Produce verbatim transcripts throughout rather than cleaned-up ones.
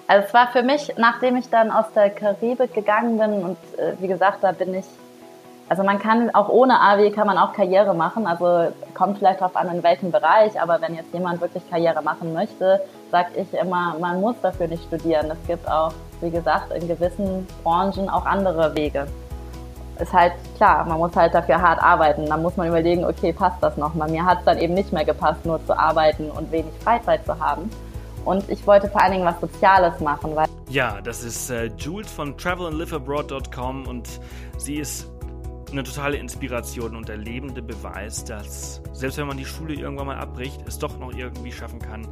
Also es war für mich, nachdem ich dann aus der Karibik gegangen bin und äh, wie gesagt, da bin ich, also man kann auch ohne A W kann man auch Karriere machen, also kommt vielleicht darauf an, in welchem Bereich, aber wenn jetzt jemand wirklich Karriere machen möchte, sage ich immer, man muss dafür nicht studieren. Es gibt auch, wie gesagt, in gewissen Branchen auch andere Wege. Ist halt klar, man muss halt dafür hart arbeiten, dann muss man überlegen, okay, passt das noch? Bei mir hat es dann eben nicht mehr gepasst, nur zu arbeiten und wenig Freizeit zu haben. Und ich wollte vor allen Dingen was Soziales machen. Weil ja, das ist äh, Jules von travel and live abroad dot com und sie ist eine totale Inspiration und der lebende Beweis, dass selbst wenn man die Schule irgendwann mal abbricht, es doch noch irgendwie schaffen kann,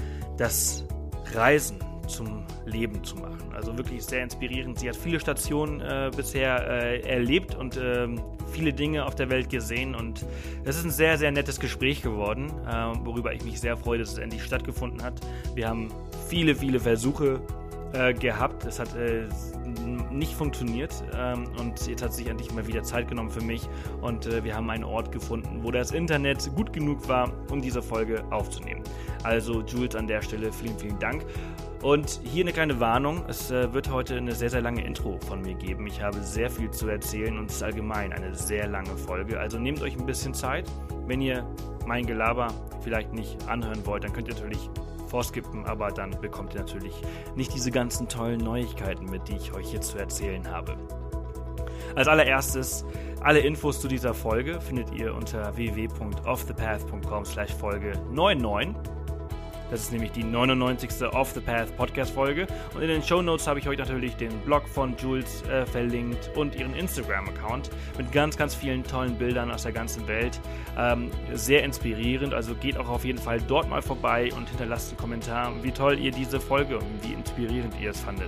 das Reisen zum Leben zu machen. Also wirklich sehr inspirierend. Sie hat viele Stationen äh, bisher äh, erlebt und äh, viele Dinge auf der Welt gesehen und es ist ein sehr, sehr nettes Gespräch geworden, äh, worüber ich mich sehr freue, dass es endlich stattgefunden hat. Wir haben viele, viele Versuche äh, gehabt. Es hat äh, nicht funktioniert ähm, und jetzt hat sich endlich mal wieder Zeit genommen für mich und äh, wir haben einen Ort gefunden, wo das Internet gut genug war, um diese Folge aufzunehmen. Also Jules an der Stelle, vielen, vielen Dank. Und hier eine kleine Warnung, es äh, wird heute eine sehr, sehr lange Intro von mir geben. Ich habe sehr viel zu erzählen und es ist allgemein eine sehr lange Folge. Also nehmt euch ein bisschen Zeit. Wenn ihr mein Gelaber vielleicht nicht anhören wollt, dann könnt ihr natürlich vorskippen, aber dann bekommt ihr natürlich nicht diese ganzen tollen Neuigkeiten mit, die ich euch hier zu erzählen habe. Als allererstes, alle Infos zu dieser Folge findet ihr unter w w w punkt off the path punkt com slash Folge neunundneunzig. Das ist nämlich die neunundneunzigste Off the Path Podcast-Folge. Und in den Shownotes habe ich euch natürlich den Blog von Jules äh, verlinkt und ihren Instagram-Account mit ganz, ganz vielen tollen Bildern aus der ganzen Welt. Ähm, sehr inspirierend, also geht auch auf jeden Fall dort mal vorbei und hinterlasst einen Kommentar, wie toll ihr diese Folge und wie inspirierend ihr es fandet.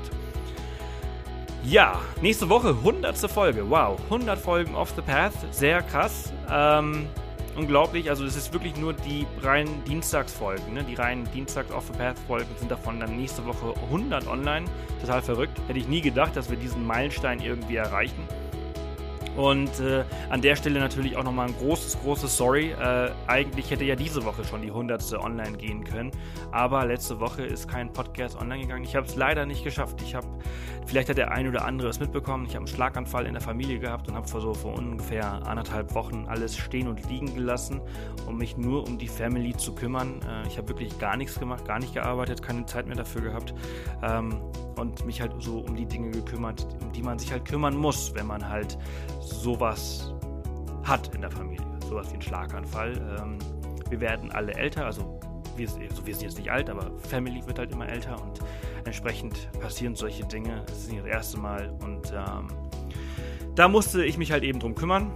Ja, nächste Woche, hundertste Folge. Wow, hundert Folgen Off the Path, sehr krass. Ähm... Unglaublich, also es ist wirklich nur die reinen Dienstagsfolgen, ne? Die reinen Dienstags Off the Path Folgen sind davon dann nächste Woche hundert online. Total verrückt. Hätte ich nie gedacht, dass wir diesen Meilenstein irgendwie erreichen. Und äh, an der Stelle natürlich auch nochmal ein großes, großes Sorry. Äh, eigentlich hätte ja diese Woche schon die hundertste online gehen können. Aber letzte Woche ist kein Podcast online gegangen. Ich habe es leider nicht geschafft. Ich habe, vielleicht hat der ein oder andere es mitbekommen, ich habe einen Schlaganfall in der Familie gehabt und habe vor so vor ungefähr anderthalb Wochen alles stehen und liegen gelassen, um mich nur um die Family zu kümmern. Äh, ich habe wirklich gar nichts gemacht, gar nicht gearbeitet, keine Zeit mehr dafür gehabt. Ähm, und mich halt so um die Dinge gekümmert, um die man sich halt kümmern muss, wenn man halt sowas hat in der Familie, sowas wie ein Schlaganfall. Ähm, wir werden alle älter, also wir, also wir sind jetzt nicht alt, aber Family wird halt immer älter und entsprechend passieren solche Dinge. Das ist nicht das erste Mal und ähm, da musste ich mich halt eben drum kümmern.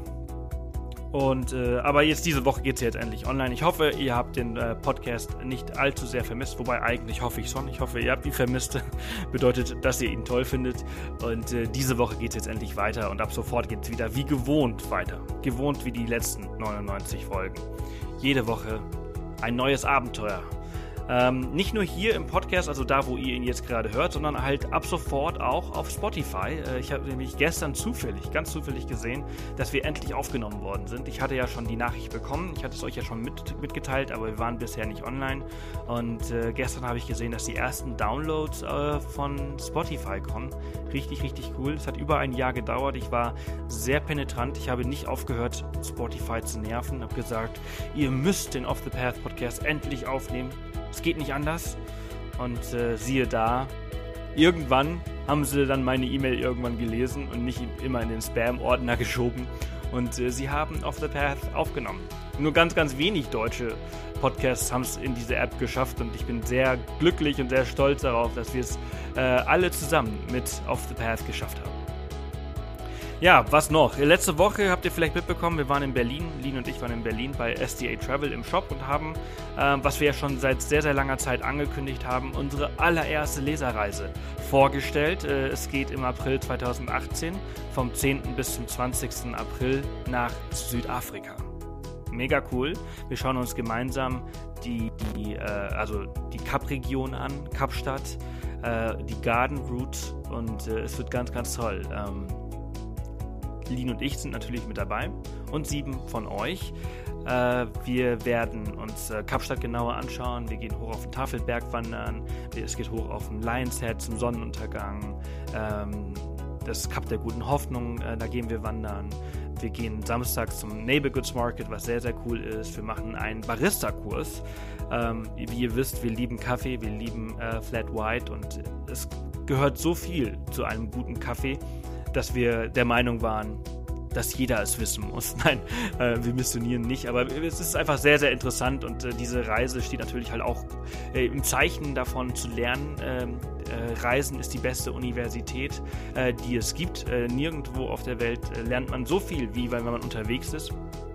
Und äh, aber jetzt diese Woche geht es jetzt endlich online. Ich hoffe, ihr habt den äh, Podcast nicht allzu sehr vermisst, wobei eigentlich hoffe ich schon. Ich hoffe, ihr habt ihn vermisst. Bedeutet, dass ihr ihn toll findet. Und äh, diese Woche geht es jetzt endlich weiter und ab sofort geht es wieder wie gewohnt weiter. Gewohnt wie die letzten neunundneunzig Folgen. Jede Woche ein neues Abenteuer. Ähm, nicht nur hier im Podcast, also da, wo ihr ihn jetzt gerade hört, sondern halt ab sofort auch auf Spotify. Äh, ich habe nämlich gestern zufällig, ganz zufällig gesehen, dass wir endlich aufgenommen worden sind. Ich hatte ja schon die Nachricht bekommen, ich hatte es euch ja schon mit, mitgeteilt, aber wir waren bisher nicht online. Und äh, gestern habe ich gesehen, dass die ersten Downloads äh, von Spotify kommen. Richtig, richtig cool. Es hat über ein Jahr gedauert. Ich war sehr penetrant. Ich habe nicht aufgehört, Spotify zu nerven. Ich habe gesagt, ihr müsst den Off the Path Podcast endlich aufnehmen. Es geht nicht anders. Und äh, siehe da, irgendwann haben sie dann meine E-Mail irgendwann gelesen und mich immer in den Spam-Ordner geschoben. Und äh, sie haben Off the Path aufgenommen. Nur ganz, ganz wenig deutsche Podcasts haben es in diese App geschafft. Und ich bin sehr glücklich und sehr stolz darauf, dass wir es äh, alle zusammen mit Off the Path geschafft haben. Ja, was noch? Letzte Woche habt ihr vielleicht mitbekommen, wir waren in Berlin, Lin und ich waren in Berlin bei S D A Travel im Shop und haben, äh, was wir ja schon seit sehr, sehr langer Zeit angekündigt haben, unsere allererste Leserreise vorgestellt. Äh, es geht im April zweitausendachtzehn vom zehnten bis zum zwanzigsten April nach Südafrika. Mega cool. Wir schauen uns gemeinsam die, die, äh, also die Kap-Region an, Kapstadt, äh, die Garden Route und äh, es wird ganz, ganz toll. Ähm, Lin und ich sind natürlich mit dabei und sieben von euch. Äh, wir werden uns äh, Kapstadt genauer anschauen. Wir gehen hoch auf den Tafelberg wandern. Es geht hoch auf den Lions Head zum Sonnenuntergang. Ähm, das Kap der Guten Hoffnung, äh, da gehen wir wandern. Wir gehen samstags zum Neighbor Goods Market, was sehr, sehr cool ist. Wir machen einen Barista-Kurs. Ähm, wie ihr wisst, wir lieben Kaffee, wir lieben äh, Flat White und es gehört so viel zu einem guten Kaffee, dass wir der Meinung waren, dass jeder es wissen muss. Nein, äh, wir missionieren nicht, aber es ist einfach sehr, sehr interessant und äh, diese Reise steht natürlich halt auch äh, im Zeichen davon zu lernen. Ähm, äh, Reisen ist die beste Universität, äh, die es gibt. Äh, nirgendwo auf der Welt äh, lernt man so viel, wie wenn man unterwegs ist.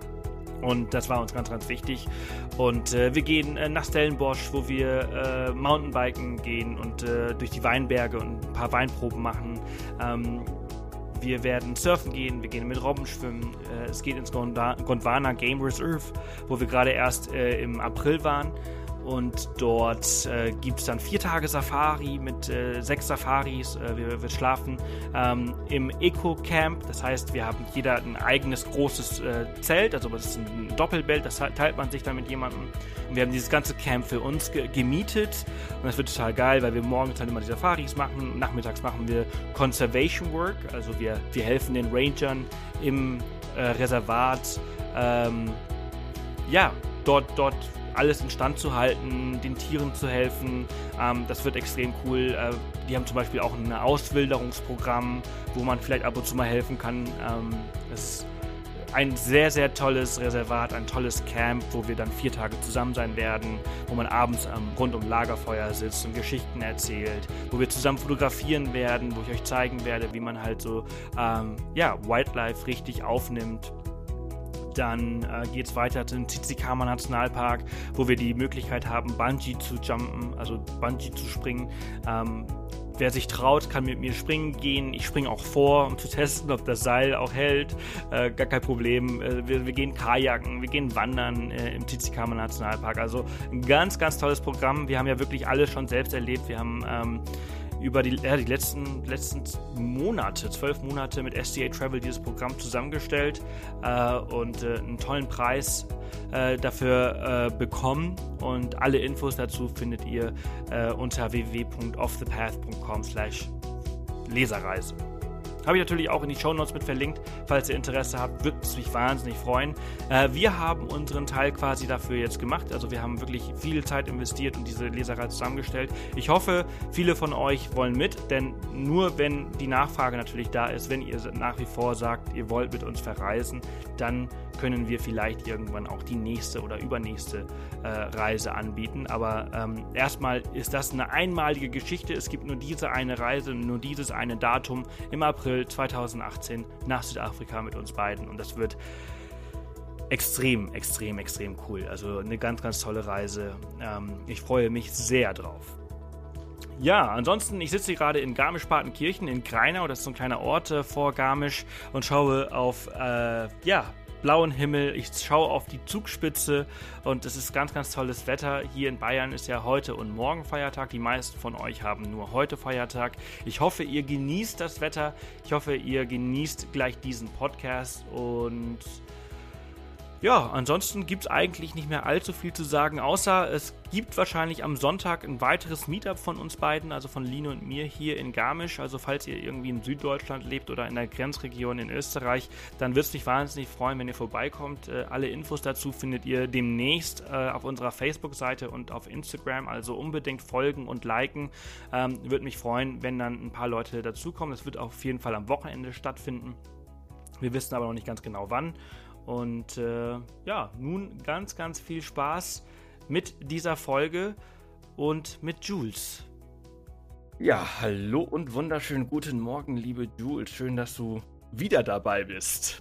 Und das war uns ganz, ganz wichtig. Und äh, wir gehen äh, nach Stellenbosch, wo wir äh, Mountainbiken gehen und äh, durch die Weinberge und ein paar Weinproben machen. Ähm, Wir werden surfen gehen, wir gehen mit Robben schwimmen. Äh, es geht ins Gondwana, Gondwana Game Reserve, wo wir gerade erst äh, im April waren. Und dort äh, gibt es dann vier Tage Safari mit äh, sechs Safaris. Äh, wir, wir schlafen ähm, im Eco-Camp. Das heißt, wir haben jeder ein eigenes großes äh, Zelt. Also das ist ein Doppelbett, das teilt man sich dann mit jemandem. Und wir haben dieses ganze Camp für uns ge- gemietet. Und das wird total geil, weil wir morgens dann immer die Safaris machen. Nachmittags machen wir Conservation Work. Also wir, wir helfen den Rangern im äh, Reservat. Ähm, ja, dort, dort alles instand zu halten, den Tieren zu helfen. Ähm, das wird extrem cool. Äh, die haben zum Beispiel auch ein Auswilderungsprogramm, wo man vielleicht ab und zu mal helfen kann. Ähm, das ist ein sehr, sehr tolles Reservat, ein tolles Camp, wo wir dann vier Tage zusammen sein werden, wo man abends ähm, rund um Lagerfeuer sitzt und Geschichten erzählt, wo wir zusammen fotografieren werden, wo ich euch zeigen werde, wie man halt so ähm, ja, Wildlife richtig aufnimmt. Dann äh, geht es weiter zum Tsitsikamma Nationalpark, wo wir die Möglichkeit haben, Bungee zu jumpen, also Bungee zu springen. Ähm, wer sich traut, kann mit mir springen gehen. Ich springe auch vor, um zu testen, ob das Seil auch hält. Äh, gar kein Problem. Äh, wir, wir gehen Kajaken, wir gehen wandern äh, im Tsitsikamma Nationalpark. Also ein ganz, ganz tolles Programm. Wir haben ja wirklich alles schon selbst erlebt. Wir haben ähm, über die, ja, die letzten, letzten Monate, zwölf Monate mit S D A Travel dieses Programm zusammengestellt äh, und äh, einen tollen Preis äh, dafür äh, bekommen. Und alle Infos dazu findet ihr äh, unter w w w punkt off the path punkt com slash Leserreise. Habe ich natürlich auch in die Shownotes mit verlinkt. Falls ihr Interesse habt, würde es mich wahnsinnig freuen. Äh, wir haben unseren Teil quasi dafür jetzt gemacht. Also wir haben wirklich viel Zeit investiert und diese Leserei zusammengestellt. Ich hoffe, viele von euch wollen mit, denn nur wenn die Nachfrage natürlich da ist, wenn ihr nach wie vor sagt, ihr wollt mit uns verreisen, dann können wir vielleicht irgendwann auch die nächste oder übernächste äh, Reise anbieten. Aber ähm, erstmal ist das eine einmalige Geschichte. Es gibt nur diese eine Reise, nur dieses eine Datum im April zweitausendachtzehn nach Südafrika mit uns beiden. Und das wird extrem, extrem, extrem cool. Also eine ganz, ganz tolle Reise. Ähm, ich freue mich sehr drauf. Ja, ansonsten, ich sitze hier gerade in Garmisch-Partenkirchen in Grainau, das ist so ein kleiner Ort äh, vor Garmisch und schaue auf, äh, ja, blauen Himmel, ich schaue auf die Zugspitze und es ist ganz, ganz tolles Wetter. Hier in Bayern ist ja heute und morgen Feiertag. Die meisten von euch haben nur heute Feiertag. Ich hoffe, ihr genießt das Wetter. Ich hoffe, ihr genießt gleich diesen Podcast und ja, ansonsten gibt es eigentlich nicht mehr allzu viel zu sagen, außer es gibt wahrscheinlich am Sonntag ein weiteres Meetup von uns beiden, also von Line und mir hier in Garmisch. Also falls ihr irgendwie in Süddeutschland lebt oder in der Grenzregion in Österreich, dann würde es mich wahnsinnig freuen, wenn ihr vorbeikommt. Äh, alle Infos dazu findet ihr demnächst äh, auf unserer Facebook-Seite und auf Instagram, also unbedingt folgen und liken. Ähm, würde mich freuen, wenn dann ein paar Leute dazukommen. Das wird auf jeden Fall am Wochenende stattfinden. Wir wissen aber noch nicht ganz genau wann. Und äh, ja, nun ganz, ganz viel Spaß mit dieser Folge und mit Jules. Ja, hallo und wunderschönen guten Morgen, liebe Jules. Schön, dass du wieder dabei bist.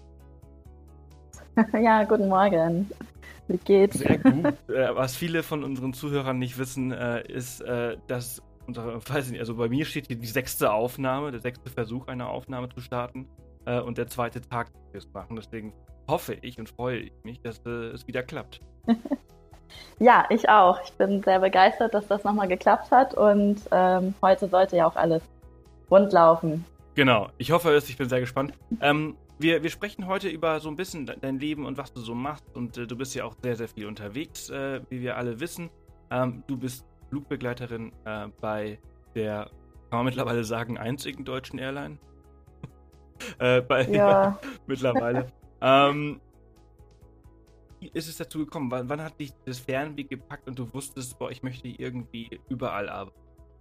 Ja, guten Morgen. Wie geht's? Sehr gut. äh, was viele von unseren Zuhörern nicht wissen, äh, ist, äh, dass unsere, weiß ich nicht, also bei mir steht hier die sechste Aufnahme, der sechste Versuch, eine Aufnahme zu starten äh, und der zweite Tag, den wir es machen. Deswegen hoffe ich und freue ich mich, dass äh, es wieder klappt. Ja, ich auch. Ich bin sehr begeistert, dass das nochmal geklappt hat und ähm, heute sollte ja auch alles rund laufen. Genau, ich hoffe es, ich bin sehr gespannt. Ähm, wir, wir sprechen heute über so ein bisschen dein Leben und was du so machst. Und äh, du bist ja auch sehr, sehr viel unterwegs, äh, wie wir alle wissen. Ähm, du bist Flugbegleiterin äh, bei der, kann man mittlerweile sagen, einzigen deutschen Airline. äh, bei, Ja. mittlerweile. ähm, wie ist es dazu gekommen? Wann, wann hat dich das Fernweh gepackt und du wusstest, boah, ich möchte irgendwie überall arbeiten?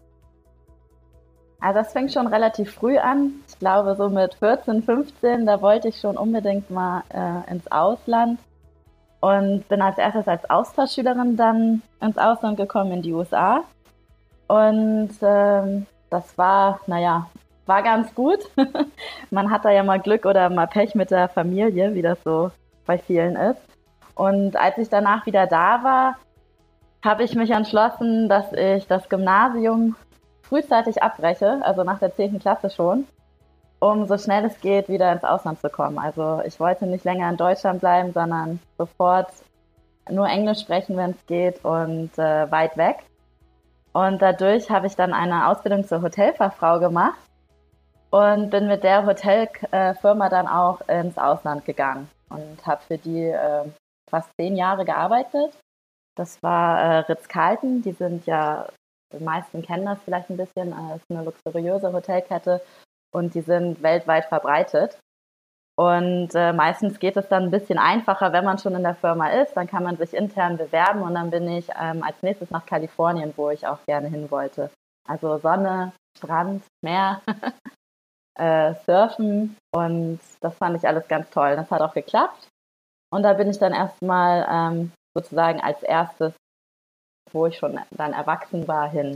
Also das fing schon relativ früh an. Ich glaube so mit vierzehn, fünfzehn, da wollte ich schon unbedingt mal äh, ins Ausland und bin als erstes als Austauschschülerin dann ins Ausland gekommen, in die U S A. Und ähm, das war, naja, war ganz gut. Man hat da ja mal Glück oder mal Pech mit der Familie, wie das so bei vielen ist. Und als ich danach wieder da war, habe ich mich entschlossen, dass ich das Gymnasium frühzeitig abbreche, also nach der zehnten Klasse schon, um so schnell es geht wieder ins Ausland zu kommen. Also ich wollte nicht länger in Deutschland bleiben, sondern sofort nur Englisch sprechen, wenn es geht, und äh, weit weg. Und dadurch habe ich dann eine Ausbildung zur Hotelfachfrau gemacht und bin mit der Hotelfirma dann auch ins Ausland gegangen und habe für die äh, fast zehn Jahre gearbeitet. Das war äh, Ritz-Carlton, die sind ja, die meisten kennen das vielleicht ein bisschen, äh, ist eine luxuriöse Hotelkette und die sind weltweit verbreitet. Und äh, meistens geht es dann ein bisschen einfacher, wenn man schon in der Firma ist, dann kann man sich intern bewerben und dann bin ich ähm, als nächstes nach Kalifornien, wo ich auch gerne hin wollte. Also Sonne, Strand, Meer, äh, Surfen, und das fand ich alles ganz toll. Das hat auch geklappt und da bin ich dann erstmal ähm, sozusagen als erstes, wo ich schon dann erwachsen war, hin.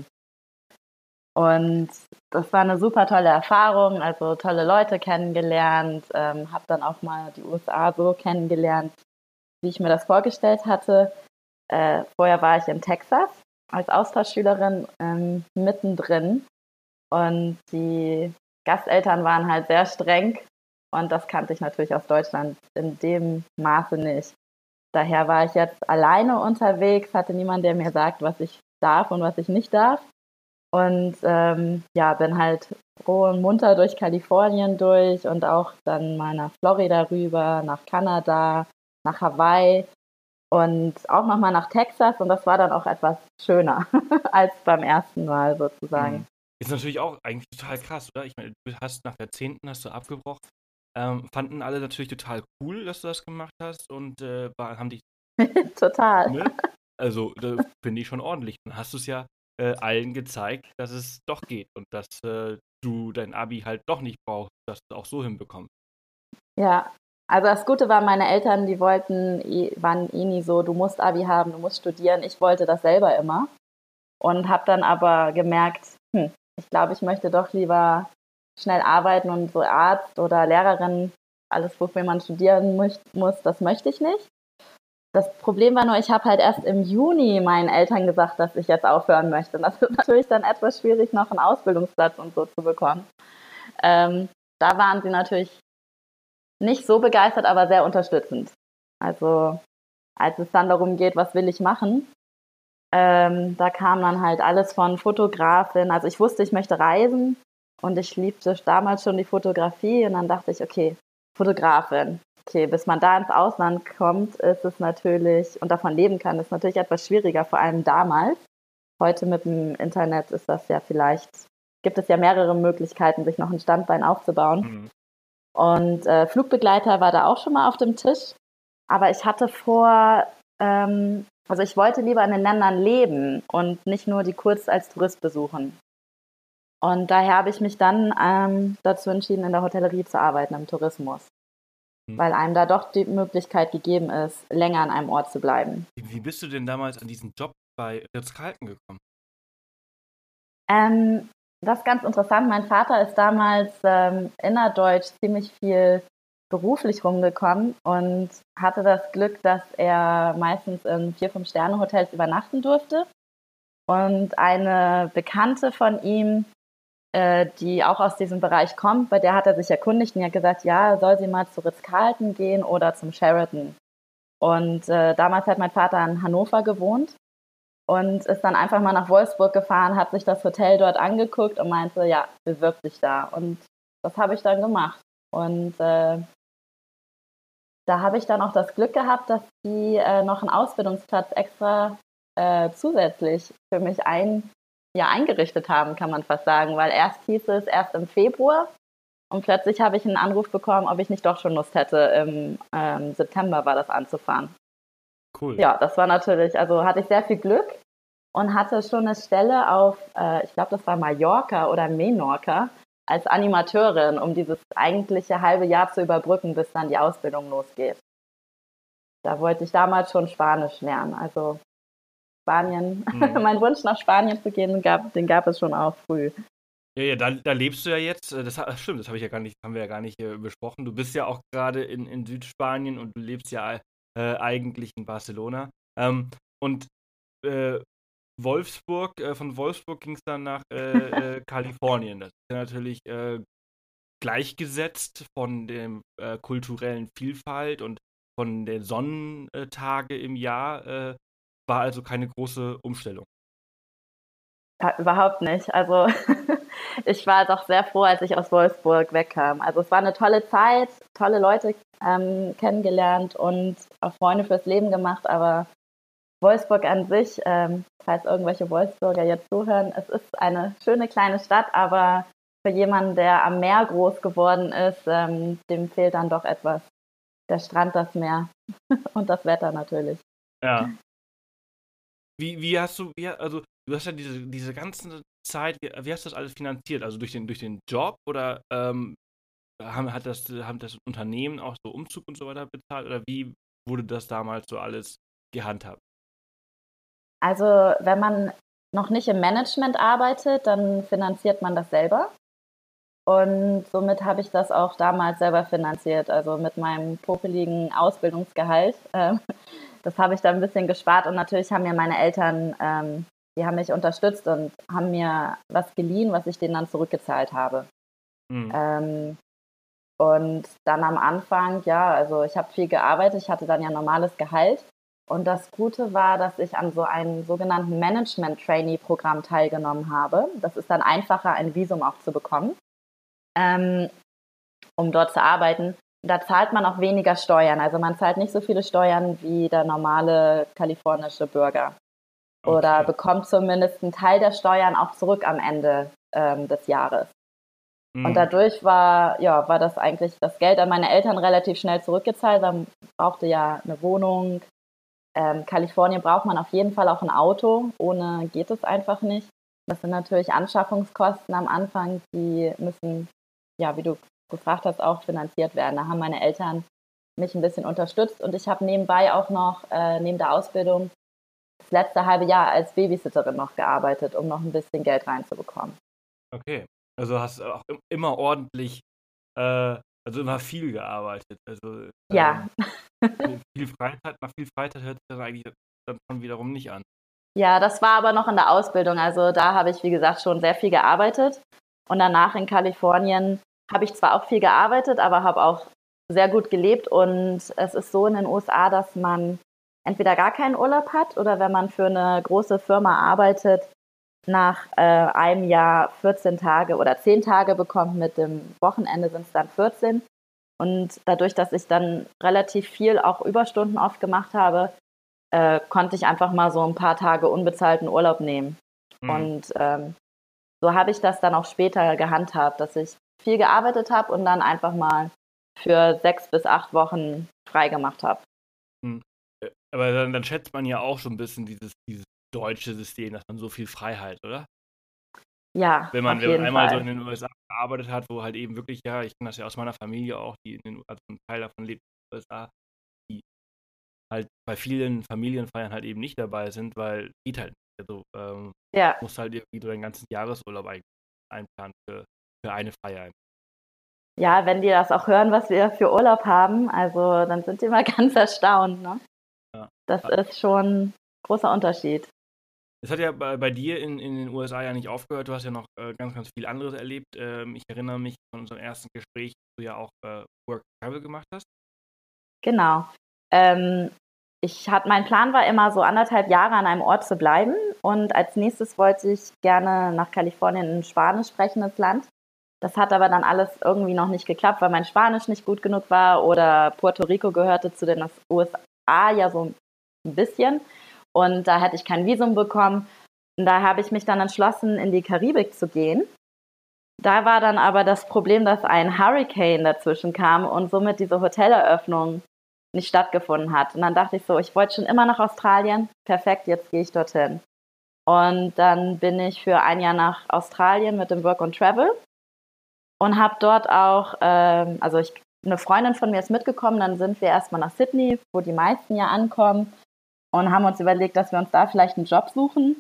Und das war eine super tolle Erfahrung, also tolle Leute kennengelernt, ähm, habe dann auch mal die U S A so kennengelernt, wie ich mir das vorgestellt hatte. Äh, vorher war ich in Texas als Austauschschülerin ähm, mittendrin und die Gasteltern waren halt sehr streng und das kannte ich natürlich aus Deutschland in dem Maße nicht. Daher war ich jetzt alleine unterwegs, hatte niemanden, der mir sagt, was ich darf und was ich nicht darf. Und ähm, ja, bin halt froh und munter durch Kalifornien durch und auch dann mal nach Florida rüber, nach Kanada, nach Hawaii und auch nochmal nach Texas. Und das war dann auch etwas schöner als beim ersten Mal sozusagen. Ist natürlich auch eigentlich total krass, oder? Ich meine, du hast nach der zehnten hast du abgebrochen. Ähm, fanden alle natürlich total cool, dass du das gemacht hast und äh, war, haben dich... Total. Ne? Also, da finde ich schon ordentlich. Dann hast du es ja Äh, allen gezeigt, dass es doch geht und dass äh, du dein Abi halt doch nicht brauchst, dass du auch so hinbekommst. Ja, also das Gute war, meine Eltern, die wollten, waren eh nie so, du musst Abi haben, du musst studieren. Ich wollte das selber immer und habe dann aber gemerkt, hm, ich glaube, ich möchte doch lieber schnell arbeiten und so Arzt oder Lehrerin, alles, wofür man studieren muss, das möchte ich nicht. Das Problem war nur, ich habe halt erst im Juni meinen Eltern gesagt, dass ich jetzt aufhören möchte. Und das ist natürlich dann etwas schwierig, noch einen Ausbildungsplatz und so zu bekommen. Ähm, da waren sie natürlich nicht so begeistert, aber sehr unterstützend. Also als es dann darum geht, was will ich machen, ähm, da kam dann halt alles von Fotografin. Also ich wusste, ich möchte reisen und ich liebte damals schon die Fotografie. Und dann dachte ich, okay, Fotografin. Okay, bis man da ins Ausland kommt, ist es natürlich, und davon leben kann, ist natürlich etwas schwieriger, vor allem damals. Heute mit dem Internet ist das ja vielleicht, gibt es ja mehrere Möglichkeiten, sich noch ein Standbein aufzubauen. Mhm. Und äh, Flugbegleiter war da auch schon mal auf dem Tisch. Aber ich hatte vor, ähm, also ich wollte lieber in den Ländern leben und nicht nur die kurz als Tourist besuchen. Und daher habe ich mich dann ähm, dazu entschieden, in der Hotellerie zu arbeiten, im Tourismus. Weil einem da doch die Möglichkeit gegeben ist, länger an einem Ort zu bleiben. Wie bist du denn damals an diesen Job bei Ritz-Carlton gekommen? Ähm, das ist ganz interessant. Mein Vater ist damals ähm, innerdeutsch ziemlich viel beruflich rumgekommen und hatte das Glück, dass er meistens in vier, fünf Sterne-Hotels übernachten durfte. Und eine Bekannte von ihm, die auch aus diesem Bereich kommt, bei der hat er sich erkundigt und hat gesagt, ja, soll sie mal zu Ritz-Carlton gehen oder zum Sheraton. Und äh, damals hat mein Vater in Hannover gewohnt und ist dann einfach mal nach Wolfsburg gefahren, hat sich das Hotel dort angeguckt und meinte, ja, bewirb dich da. Und das habe ich dann gemacht. Und äh, da habe ich dann auch das Glück gehabt, dass die äh, noch einen Ausbildungsplatz extra äh, zusätzlich für mich ein, ja, eingerichtet haben, kann man fast sagen. Weil erst hieß es erst im Februar und plötzlich habe ich einen Anruf bekommen, ob ich nicht doch schon Lust hätte, im ähm, September war das anzufahren. Cool. Ja, das war natürlich, also hatte ich sehr viel Glück und hatte schon eine Stelle auf, äh, ich glaube, das war Mallorca oder Menorca, als Animateurin, um dieses eigentliche halbe Jahr zu überbrücken, bis dann die Ausbildung losgeht. Da wollte ich damals schon Spanisch lernen. Also Spanien, mhm. mein Wunsch nach Spanien zu gehen, gab, den gab es schon auch früh. Ja, ja, da, da lebst du ja jetzt. Das stimmt, das habe ich ja gar nicht, haben wir ja gar nicht äh, besprochen. Du bist ja auch gerade in, in Südspanien und du lebst ja äh, eigentlich in Barcelona. Ähm, und äh, Wolfsburg, äh, von Wolfsburg ging es dann nach äh, äh, Kalifornien. Das ist ja natürlich äh, gleichgesetzt von der äh, kulturellen Vielfalt und von den Sonnentage im Jahr. Äh, war also keine große Umstellung. Ja, überhaupt nicht. Also ich war doch sehr froh, als ich aus Wolfsburg wegkam. Also es war eine tolle Zeit, tolle Leute ähm, kennengelernt und auch Freunde fürs Leben gemacht, aber Wolfsburg an sich, ähm, falls irgendwelche Wolfsburger jetzt zuhören, es ist eine schöne kleine Stadt, aber für jemanden, der am Meer groß geworden ist, ähm, dem fehlt dann doch etwas. Der Strand, das Meer und das Wetter natürlich. Ja. Wie, wie hast du, wie, also du hast ja diese, diese ganze Zeit, wie, wie hast du das alles finanziert? Also durch den, durch den Job oder ähm, haben, hat das, haben das Unternehmen auch so Umzug und so weiter bezahlt oder wie wurde das damals so alles gehandhabt? Also wenn man noch nicht im Management arbeitet, dann finanziert man das selber. Und somit habe ich das auch damals selber finanziert, also mit meinem popeligen Ausbildungsgehalt. Ähm, das habe ich da ein bisschen gespart und natürlich haben mir meine Eltern, ähm, die haben mich unterstützt und haben mir was geliehen, was ich denen dann zurückgezahlt habe. Mhm. Ähm, und dann am Anfang, ja, also ich habe viel gearbeitet, ich hatte dann ja normales Gehalt. Und das Gute war, dass ich an so einem sogenannten Management-Trainee-Programm teilgenommen habe. Das ist dann einfacher, ein Visum auch zu bekommen. Ähm, um dort zu arbeiten. Da zahlt man auch weniger Steuern. Also man zahlt nicht so viele Steuern wie der normale kalifornische Bürger. Okay. Oder bekommt zumindest einen Teil der Steuern auch zurück am Ende ähm, des Jahres. Mhm. Und dadurch war, ja, war das eigentlich das Geld an meine Eltern relativ schnell zurückgezahlt. Man brauchte ja eine Wohnung. Ähm, Kalifornien braucht man auf jeden Fall auch ein Auto. Ohne geht es einfach nicht. Das sind natürlich Anschaffungskosten am Anfang, die müssen, ja, wie du gefragt hast, auch finanziert werden. Da haben meine Eltern mich ein bisschen unterstützt und ich habe nebenbei auch noch, äh, neben der Ausbildung, das letzte halbe Jahr als Babysitterin noch gearbeitet, um noch ein bisschen Geld reinzubekommen. Okay, also hast du auch immer ordentlich, äh, also immer viel gearbeitet. Also ja. Ähm, viel Freizeit, nach viel Freizeit hört sich das eigentlich dann schon wiederum nicht an. Ja, das war aber noch in der Ausbildung. Also da habe ich, wie gesagt, schon sehr viel gearbeitet. Und danach in Kalifornien habe ich zwar auch viel gearbeitet, aber habe auch sehr gut gelebt. Und es ist so in den U S A, dass man entweder gar keinen Urlaub hat oder wenn man für eine große Firma arbeitet, nach äh, einem Jahr vierzehn Tage oder zehn Tage bekommt. Mit dem Wochenende sind es dann vierzehn. Und dadurch, dass ich dann relativ viel auch Überstunden oft gemacht habe, äh, konnte ich einfach mal so ein paar Tage unbezahlten Urlaub nehmen. Mhm. Und ähm, so habe ich das dann auch später gehandhabt, dass ich viel gearbeitet habe und dann einfach mal für sechs bis acht Wochen frei gemacht habe. Mhm. Aber dann, dann schätzt man ja auch schon ein bisschen dieses, dieses deutsche System, dass man so viel Freiheit, oder? Ja, wenn man, auf wenn jeden man einmal Fall. so in den U S A gearbeitet hat, wo halt eben wirklich, ja, ich kenne das ja aus meiner Familie auch, die in den, also ein Teil davon lebt in den U S A, die halt bei vielen Familienfeiern halt eben nicht dabei sind, weil geht halt nicht. Also ähm, ja. du musst halt irgendwie so deinen ganzen Jahresurlaub eigentlich einplanen für, für eine Feier. Ja, wenn die das auch hören, was wir für Urlaub haben, also dann sind die immer ganz erstaunt. Ne? Ja. Das ja. ist schon ein großer Unterschied. Es hat ja bei, bei dir in, in den U S A ja nicht aufgehört. Du hast ja noch äh, ganz, ganz viel anderes erlebt. Ähm, ich erinnere mich von unserem ersten Gespräch, dass du ja auch äh, Work Travel gemacht hast. Genau. Ähm, ich hab, mein Plan war immer, so anderthalb Jahre an einem Ort zu bleiben. Und als nächstes wollte ich gerne nach Kalifornien, in ein spanisch sprechendes Land. Das hat aber dann alles irgendwie noch nicht geklappt, weil mein Spanisch nicht gut genug war oder Puerto Rico gehörte zu den U S A ja so ein bisschen und da hätte ich kein Visum bekommen. Und da habe ich mich dann entschlossen, in die Karibik zu gehen. Da war dann aber das Problem, dass ein Hurricane dazwischen kam und somit diese Hoteleröffnung nicht stattgefunden hat. Und dann dachte ich so, ich wollte schon immer nach Australien. Perfekt, jetzt gehe ich dorthin. Und dann bin ich für ein Jahr nach Australien mit dem Work and Travel und habe dort auch, ähm, also ich, eine Freundin von mir ist mitgekommen, dann sind wir erstmal nach Sydney, wo die meisten ja ankommen und haben uns überlegt, dass wir uns da vielleicht einen Job suchen.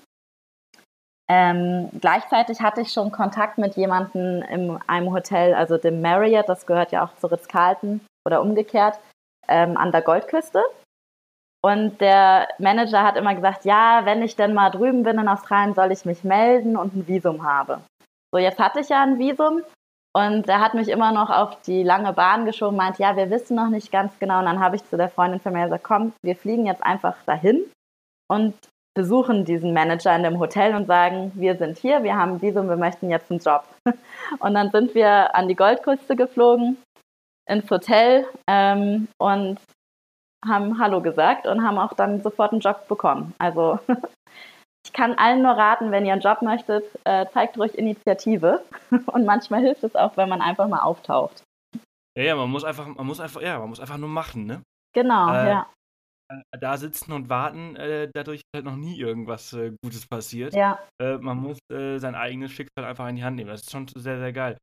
Ähm, gleichzeitig hatte ich schon Kontakt mit jemandem in einem Hotel, also dem Marriott, das gehört ja auch zu Ritz-Carlton oder umgekehrt, ähm, an der Goldküste. Und der Manager hat immer gesagt, ja, wenn ich denn mal drüben bin in Australien, soll ich mich melden und ein Visum habe. So, jetzt hatte ich ja ein Visum und er hat mich immer noch auf die lange Bahn geschoben, meint, ja, wir wissen noch nicht ganz genau. Und dann habe ich zu der Freundin von mir gesagt, komm, wir fliegen jetzt einfach dahin und besuchen diesen Manager in dem Hotel und sagen, wir sind hier, wir haben ein Visum, wir möchten jetzt einen Job. Und dann sind wir an die Goldküste geflogen, ins Hotel ähm, und haben Hallo gesagt und haben auch dann sofort einen Job bekommen. Also ich kann allen nur raten, wenn ihr einen Job möchtet, äh, zeigt ruhig Initiative. Und manchmal hilft es auch, wenn man einfach mal auftaucht. Ja, ja, man muss einfach, man muss einfach, ja, man muss einfach nur machen, ne? Genau, Äh, ja. Da sitzen und warten, äh, dadurch ist halt noch nie irgendwas äh, Gutes passiert. Ja. Äh, man muss äh, sein eigenes Schicksal einfach in die Hand nehmen. Das ist schon sehr, sehr geil.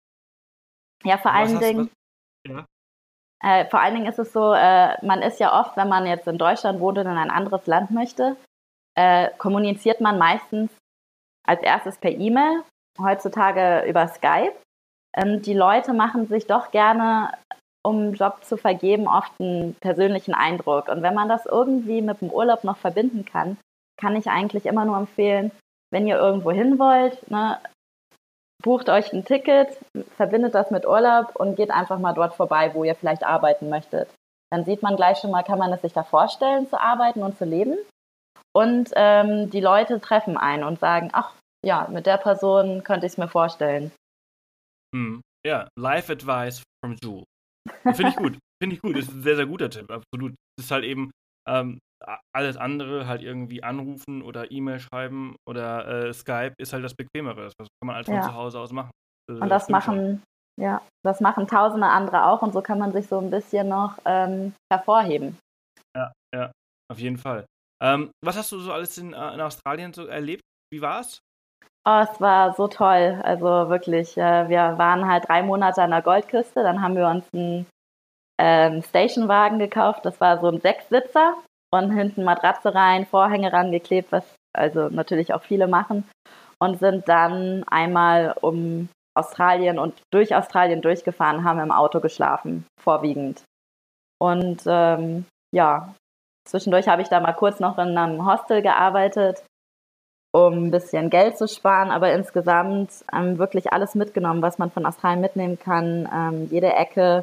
Ja, vor Was allen hast, Dingen. was, ja? Äh, vor allen Dingen ist es so, äh, man ist ja oft, wenn man jetzt in Deutschland wohnt und in ein anderes Land möchte, äh, kommuniziert man meistens als erstes per E-Mail, heutzutage über Skype. Ähm, die Leute machen sich doch gerne, um einen Job zu vergeben, oft einen persönlichen Eindruck. Und wenn man das irgendwie mit dem Urlaub noch verbinden kann, kann ich eigentlich immer nur empfehlen, wenn ihr irgendwo hin wollt, ne, bucht euch ein Ticket, verbindet das mit Urlaub und geht einfach mal dort vorbei, wo ihr vielleicht arbeiten möchtet. Dann sieht man gleich schon mal, kann man es sich da vorstellen, zu arbeiten und zu leben. Und ähm, die Leute treffen einen und sagen, ach ja, mit der Person könnte ich es mir vorstellen. Hm. Ja, Life Advice from Jewel. Finde ich gut. Finde ich gut. Das ist ein sehr, sehr guter Tipp, absolut. Es ist halt eben ähm, alles andere, halt irgendwie anrufen oder E-Mail schreiben oder äh, Skype ist halt das Bequemere. Das kann man halt von Ja. zu Hause aus machen. Das, Und das machen, schon. ja, das machen tausende andere auch und so kann man sich so ein bisschen noch ähm, hervorheben. Ja, ja, auf jeden Fall. Ähm, was hast du so alles in, in Australien so erlebt? Wie war's? Oh, es war so toll. Also wirklich, äh, wir waren halt drei Monate an der Goldküste, dann haben wir uns einen ähm, Stationwagen gekauft. Das war so ein Sechssitzer und hinten Matratze rein, Vorhänge rangeklebt, was also natürlich auch viele machen. Und sind dann einmal um Australien und durch Australien durchgefahren, haben im Auto geschlafen, vorwiegend. Und ähm, ja, zwischendurch habe ich da mal kurz noch in einem Hostel gearbeitet, um ein bisschen Geld zu sparen, aber insgesamt ähm, wirklich alles mitgenommen, was man von Australien mitnehmen kann. Ähm, jede Ecke,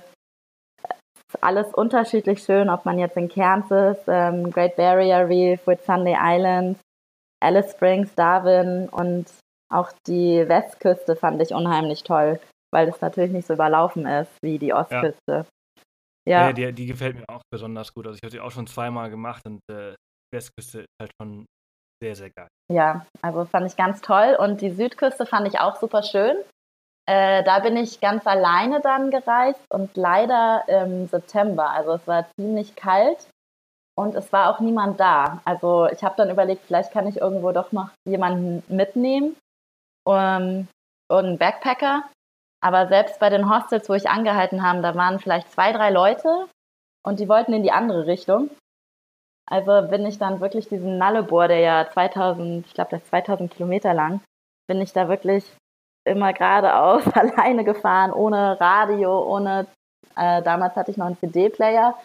alles unterschiedlich schön, ob man jetzt in Cairns ist, ähm, Great Barrier Reef, Whitsunday Island, Alice Springs, Darwin und auch die Westküste fand ich unheimlich toll, weil es natürlich nicht so überlaufen ist wie die Ostküste. Ja, Ja, ja die, die gefällt mir auch besonders gut. Also ich habe sie auch schon zweimal gemacht und äh, die Westküste ist halt schon sehr, sehr geil. Ja, also fand ich ganz toll und die Südküste fand ich auch super schön. Äh, da bin ich ganz alleine dann gereist und leider im September, also es war ziemlich kalt und es war auch niemand da. Also ich habe dann überlegt, vielleicht kann ich irgendwo doch noch jemanden mitnehmen, um, irgendeinen Backpacker. Aber selbst bei den Hostels, wo ich angehalten habe, da waren vielleicht zwei, drei Leute und die wollten in die andere Richtung. Also bin ich dann wirklich diesen Nullarbor, der ja zweitausend, ich glaube, das ist zweitausend Kilometer lang, bin ich da wirklich immer geradeaus alleine gefahren, ohne Radio, ohne, äh, damals hatte ich noch einen C D-Player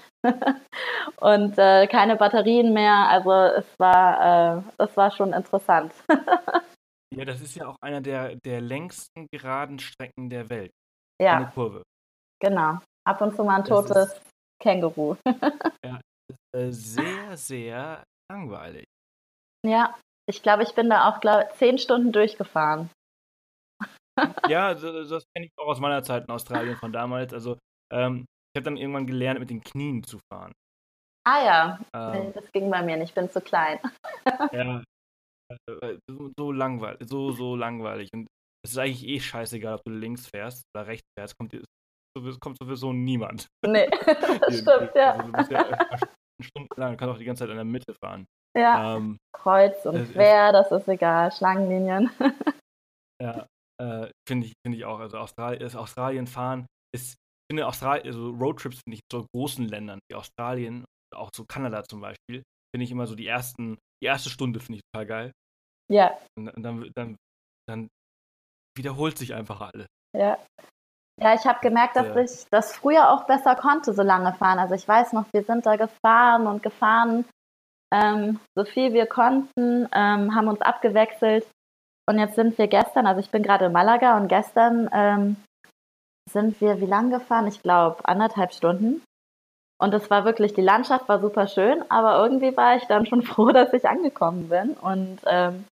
und äh, keine Batterien mehr. Also es war, äh, es war schon interessant. Ja, das ist ja auch einer der, der längsten geraden Strecken der Welt. Ja, Eine Kurve. genau. Ab und zu mal ein Das totes ist, Känguru. ja, das ist äh, sehr, sehr langweilig. Ja, ich glaube, ich bin da auch glaub, zehn Stunden durchgefahren. Ja, das, das kenne ich auch aus meiner Zeit in Australien von damals. Also, ähm, ich habe dann irgendwann gelernt, mit den Knien zu fahren. Ah ja, nee, Ähm, das ging bei mir nicht, ich bin zu klein. ja, äh, so, so langweilig, so, so langweilig. Und es ist eigentlich eh scheißegal, ob du links fährst oder rechts fährst, kommt, dir- sowieso- kommt sowieso niemand. Nee, das Irgendwie. stimmt, ja. Also du bist ja äh, stundenlang, kannst auch die ganze Zeit in der Mitte fahren. Ja, Ähm, Kreuz und es ist, quer, das ist egal, Schlangenlinien. ja, äh, finde ich, finde ich auch. Also Australien, das Australien fahren ist, ich finde Australien, also Roadtrips finde ich in so großen Ländern wie Australien, auch so Kanada zum Beispiel, finde ich immer so die ersten, die erste Stunde finde ich total geil. Ja, Und, und dann, dann, dann wiederholt sich einfach alles. ja. Ja, ich habe gemerkt, dass Äh, ich das früher auch besser konnte, so lange fahren. Also ich weiß noch, wir sind da gefahren und gefahren, ähm, so viel wir konnten, ähm, haben uns abgewechselt. Und jetzt sind wir gestern, also ich bin gerade in Malaga und gestern ähm, sind wir wie lang gefahren? Ich glaube anderthalb Stunden. Und es war wirklich, die Landschaft war super schön, aber irgendwie war ich dann schon froh, dass ich angekommen bin und ähm,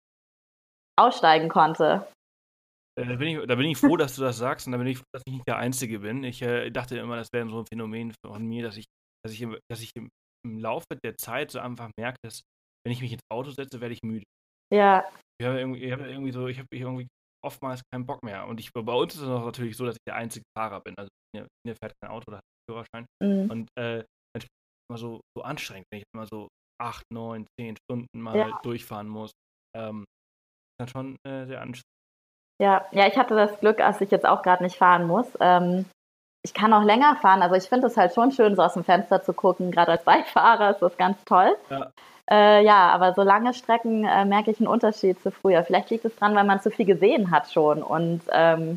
aussteigen konnte. Äh, Da bin ich, da bin ich froh, dass du das sagst und da bin ich froh, dass ich nicht der Einzige bin. Ich äh, dachte immer, das wäre so ein Phänomen von mir, dass ich, dass ich, im, dass ich im, im Laufe der Zeit so einfach merke, dass wenn ich mich ins Auto setze, werde ich müde. Ja, Ich habe irgendwie, ich habe irgendwie so, ich habe irgendwie oftmals keinen Bock mehr. Und ich, bei uns ist es auch natürlich so, dass ich der einzige Fahrer bin. Also mir, mir fährt kein Auto, da hat einen Führerschein. mm, Und äh, dann ist es immer so, so anstrengend, wenn ich immer so acht, neun, zehn Stunden mal ja, durchfahren muss. Ähm, dann schon äh, sehr anstrengend. ja, ja, ich hatte das Glück, dass ich jetzt auch gerade nicht fahren muss. Ähm, ich kann auch länger fahren. Also ich finde es halt schon schön, so aus dem Fenster zu gucken. Gerade als Beifahrer ist das ganz toll. Ja, Äh, ja, aber so lange Strecken äh, merke ich einen Unterschied zu früher. Vielleicht liegt es dran, weil man zu viel gesehen hat schon und ähm,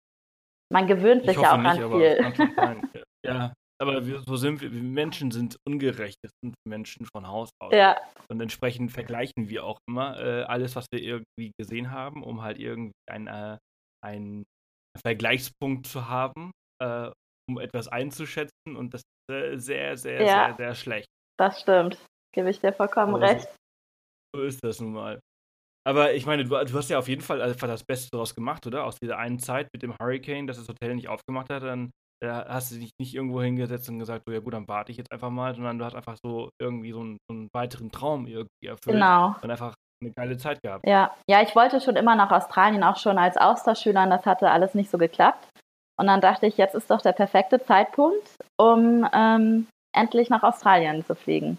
man gewöhnt ich sich ja hoffe auch an nicht, aber es viel. kann schon sein. Ja, aber wir, so sind wir, wir Menschen sind ungerecht, das sind Menschen von Haus aus. Ja, Und entsprechend vergleichen wir auch immer äh, alles, was wir irgendwie gesehen haben, um halt irgendwie ein, äh, einen Vergleichspunkt zu haben, äh, um etwas einzuschätzen. Und das ist äh, sehr, sehr, sehr, ja, sehr schlecht. das stimmt. Gebe ich dir vollkommen Aber so, recht. so ist das nun mal. Aber ich meine, du, du hast ja auf jeden Fall einfach das Beste daraus gemacht, oder? Aus dieser einen Zeit mit dem Hurricane, dass das Hotel nicht aufgemacht hat, dann äh, hast du dich nicht irgendwo hingesetzt und gesagt, so, ja gut, dann warte ich jetzt einfach mal, sondern du hast einfach so irgendwie so einen, so einen weiteren Traum irgendwie erfüllt Genau. und einfach eine geile Zeit gehabt. Ja, ja, ich wollte schon immer nach Australien, auch schon als Austauschschüler, und das hatte alles nicht so geklappt. Und dann dachte ich, jetzt ist doch der perfekte Zeitpunkt, um ähm, endlich nach Australien zu fliegen.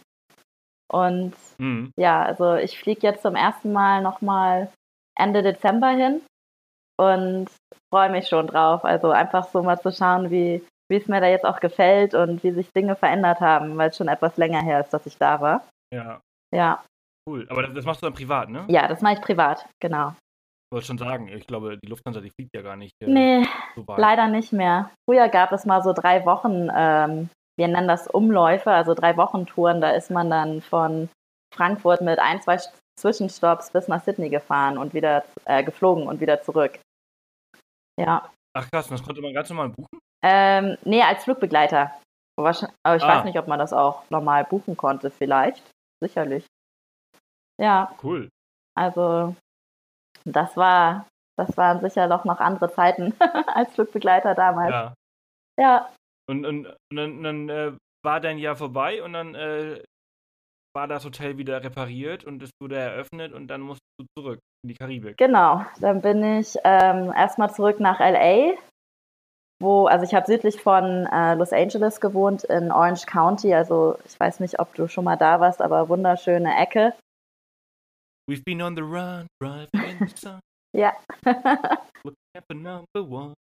Und Mhm. ja, also ich fliege jetzt zum ersten Mal nochmal Ende Dezember hin und freue mich schon drauf. Also einfach so mal zu schauen, wie, wie es mir da jetzt auch gefällt und wie sich Dinge verändert haben, weil es schon etwas länger her ist, dass ich da war. Ja, Ja, cool. Aber das, das machst du dann privat, ne? ja, das mache ich privat, genau. Ich wollte schon sagen, ich glaube, die Lufthansa, die fliegt ja gar nicht äh, Nee, so weit. leider nicht mehr. Früher gab es mal so drei Wochen, ähm, wir nennen das Umläufe, also drei Wochen Touren. Da ist man dann von Frankfurt mit ein, zwei Zwischenstopps bis nach Sydney gefahren und wieder äh, geflogen und wieder zurück. Ja. Ach krass, das konnte man ganz normal buchen? Ähm, nee, als Flugbegleiter. Aber ich weiß Ah, nicht, ob man das auch normal buchen konnte, vielleicht. Sicherlich. Ja, cool. also das war, das waren sicher doch noch andere Zeiten als Flugbegleiter damals. Ja. Ja, Und, und, und dann, dann äh, war dein Jahr vorbei und dann äh, war das Hotel wieder repariert und es wurde eröffnet und dann musst du zurück in die Karibik. genau. Dann bin ich ähm, erstmal zurück nach L A, wo, also ich habe südlich von äh, Los Angeles gewohnt, in Orange County. Also ich weiß nicht, ob du schon mal da warst, aber wunderschöne Ecke. We've been on the run, driving in the sun, Ja. looking at the number one.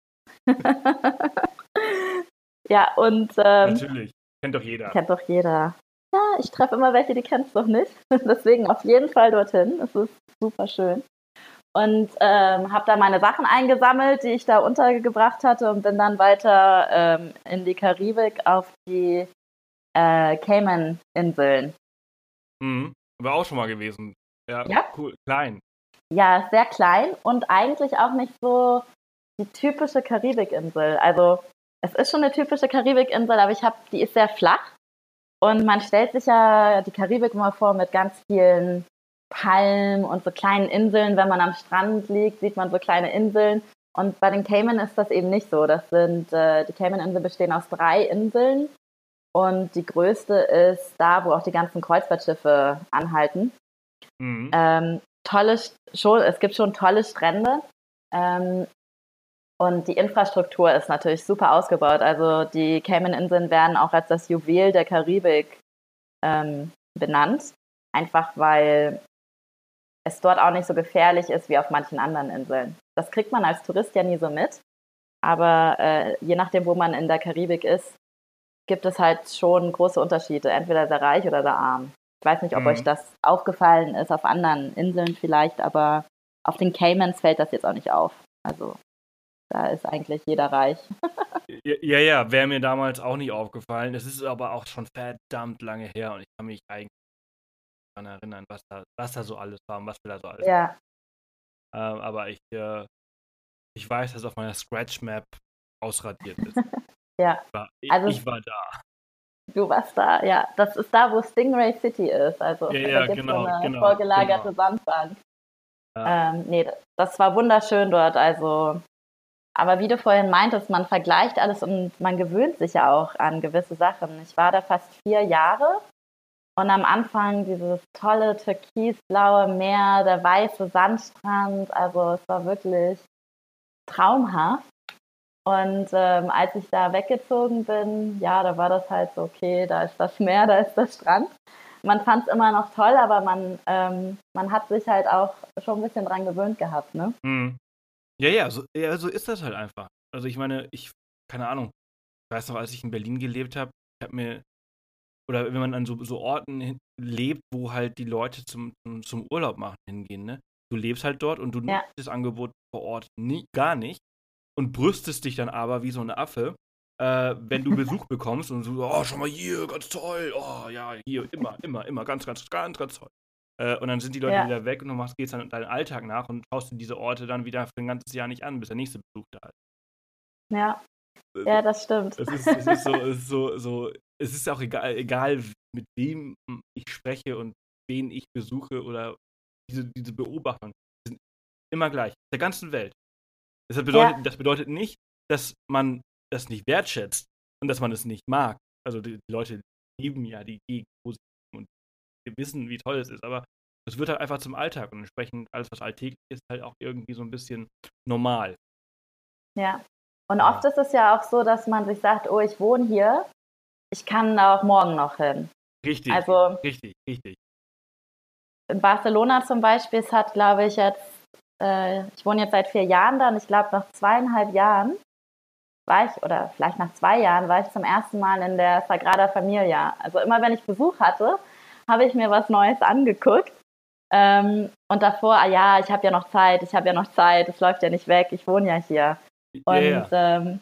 Ja, und ähm, Natürlich, kennt doch jeder. kennt doch jeder. Ja, ich treffe immer welche, die kennst du doch nicht. Deswegen auf jeden Fall dorthin. Es ist super schön. Und ähm, habe da meine Sachen eingesammelt, die ich da untergebracht hatte und bin dann weiter ähm, in die Karibik auf die äh, Cayman-Inseln. Mhm. War auch schon mal gewesen. Ja, Ja? cool, klein. Ja, sehr klein und eigentlich auch nicht so die typische Karibikinsel. Also es ist schon eine typische Karibikinsel, aber ich habe, die ist sehr flach. Und man stellt sich ja die Karibik immer vor mit ganz vielen Palmen und so kleinen Inseln. Wenn man am Strand liegt, sieht man so kleine Inseln. Und bei den Cayman ist das eben nicht so. Das sind, äh, die Cayman-Inseln bestehen aus drei Inseln und die größte ist da, wo auch die ganzen Kreuzfahrtschiffe anhalten. Mhm. Ähm, tolle, schon, es gibt schon tolle Strände ähm, und die Infrastruktur ist natürlich super ausgebaut. Also die Cayman-Inseln werden auch als das Juwel der Karibik ähm, benannt, einfach weil es dort auch nicht so gefährlich ist wie auf manchen anderen Inseln. Das kriegt man als Tourist ja nie so mit, aber äh, je nachdem, wo man in der Karibik ist, gibt es halt schon große Unterschiede, entweder sehr reich oder sehr arm. Ich weiß nicht, ob Mhm. euch das aufgefallen ist auf anderen Inseln vielleicht, aber auf den Caymans fällt das jetzt auch nicht auf. Also da ist eigentlich jeder reich. Ja, ja, ja wäre mir damals auch nicht aufgefallen. Es ist aber auch schon verdammt lange her und ich kann mich eigentlich daran erinnern, was da, was da so alles war und was wir da so alles. Ja. Ähm, aber ich, äh, ich weiß, dass auf meiner Scratch-Map ausradiert ist. Ja. Ich war, ich, Also ich war da. du warst da, ja. Das ist da, wo Stingray City ist. Also Ja, da ja, gibt es so genau, eine genau, vorgelagerte genau. Sandbank. Ja. Ähm, nee, das war wunderschön dort. Also, aber wie du vorhin meintest, man vergleicht alles und man gewöhnt sich ja auch an gewisse Sachen. Ich war da fast vier Jahre und am Anfang dieses tolle türkisblaue Meer, der weiße Sandstrand. Also es war wirklich traumhaft. Und ähm, als ich da weggezogen bin, ja, da war das halt so, okay, da ist das Meer, da ist der Strand. Man fand es immer noch toll, aber man, ähm, man hat sich halt auch schon ein bisschen dran gewöhnt gehabt, ne? Mhm. Ja, ja, so, ja, so ist das halt einfach. Also ich meine, ich, keine Ahnung, ich weiß noch, als ich in Berlin gelebt habe, ich habe mir, oder wenn man an so, so Orten hin, lebt, wo halt die Leute zum, zum, zum Urlaub machen hingehen, ne? Du lebst halt dort und du nutzt Ja, das Angebot vor Ort nie, gar nicht und brüstest dich dann aber wie so ein Affe, äh, wenn du Besuch bekommst und so, oh, schau mal hier, ganz toll, oh ja, hier, immer, immer, immer, ganz, ganz, ganz, ganz toll. Äh, und dann sind die Leute ja, wieder weg und du machst, gehst dann deinen Alltag nach und schaust dir diese Orte dann wieder für ein ganzes Jahr nicht an, bis der nächste Besuch da ja, ist. ja, das stimmt. Es ist, es ist so, es ist so, so, es ist auch egal, egal, mit wem ich spreche und wen ich besuche oder diese, diese Beobachtungen sind immer gleich, auf der ganzen Welt. Das Ja, bedeutet, das bedeutet nicht, dass man das nicht wertschätzt und dass man es nicht mag. Also die, die Leute lieben ja die Gegend, wo sie sind und wir wissen, wie toll es ist, aber es wird halt einfach zum Alltag und entsprechend alles, was alltäglich ist, halt auch irgendwie so ein bisschen normal. ja. Und Ja. oft ist es ja auch so, dass man sich sagt, oh, ich wohne hier, ich kann da auch morgen noch hin. Richtig, Also richtig, richtig. in Barcelona zum Beispiel, es hat, glaube ich, jetzt, äh, ich wohne jetzt seit vier Jahren da und ich glaube, nach zweieinhalb Jahren war ich, oder vielleicht nach zwei Jahren, war ich zum ersten Mal in der Sagrada Familia. Also immer, wenn ich Besuch hatte, habe ich mir was Neues angeguckt. Ähm, und davor, ah ja, ich habe ja noch Zeit, ich habe ja noch Zeit, es läuft ja nicht weg, ich wohne ja hier. Ja, Und ja. ähm,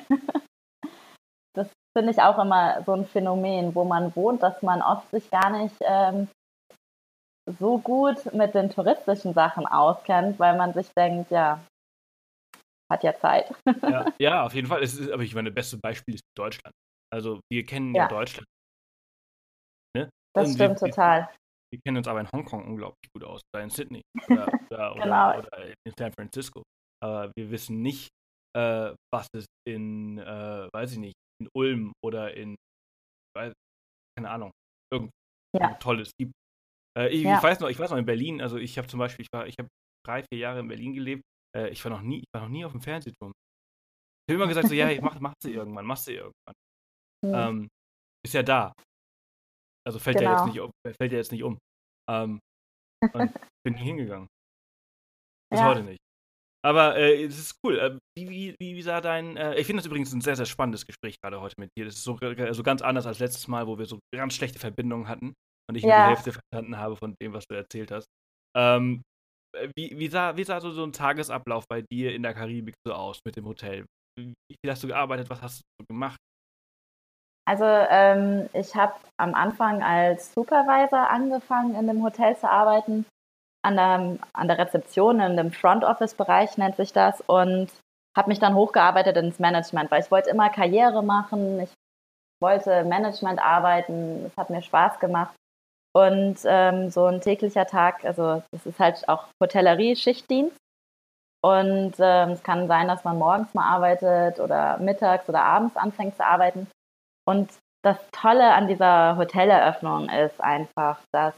das finde ich auch immer so ein Phänomen, wo man wohnt, dass man oft sich gar nicht ähm, so gut mit den touristischen Sachen auskennt, weil man sich denkt, ja, hat ja Zeit. Ja, ja, auf jeden Fall. Es ist, aber ich meine, das beste Beispiel ist Deutschland. Also wir kennen ja Ja, Deutschland, ne? das Und wir, stimmt wir, total. wir kennen uns aber in Hongkong unglaublich gut aus. Oder in Sydney oder, oder, oder, Genau. oder in San Francisco. Aber wir wissen nicht, äh, was es in, äh, weiß ich nicht, in Ulm oder in, weiß, keine Ahnung, irgendwo Ja, Tolles gibt. Äh, ich, ich ja. weiß noch, ich weiß noch in Berlin, also ich habe zum Beispiel, ich war, ich habe drei, vier Jahre in Berlin gelebt. Äh, ich war noch nie, ich war noch nie auf dem Fernsehturm. Ich habe immer gesagt, so, ja, ich mach, mach sie irgendwann, mach sie irgendwann. Hm, Ähm, ist ja da. Also fällt ja jetzt genau. nicht um, fällt ja jetzt nicht um. Ähm, und bin nie hingegangen. Bis Ja, heute nicht. Aber äh, es ist cool. Äh, wie, wie, wie sah dein. Äh, ich finde das übrigens ein sehr, sehr spannendes Gespräch gerade heute mit dir. Das ist so, so ganz anders als letztes Mal, wo wir so ganz schlechte Verbindungen hatten und ich nur die ja. Hälfte verstanden habe von dem, was du erzählt hast. Ähm, äh, wie, wie sah, wie sah so, so ein Tagesablauf bei dir in der Karibik so aus mit dem Hotel? Wie viel hast du gearbeitet? Was hast du so gemacht? Also ähm, ich habe am Anfang als Supervisor angefangen, in dem Hotel zu arbeiten, an der, an der Rezeption, in dem Front Office-Bereich nennt sich das und habe mich dann hochgearbeitet ins Management, weil ich wollte immer Karriere machen, ich wollte Management arbeiten, es hat mir Spaß gemacht und ähm, so ein täglicher Tag, also das ist halt auch Hotellerie, Schichtdienst Und ähm, es kann sein, dass man morgens mal arbeitet oder mittags oder abends anfängt zu arbeiten. Und das Tolle an dieser Hoteleröffnung ist einfach, dass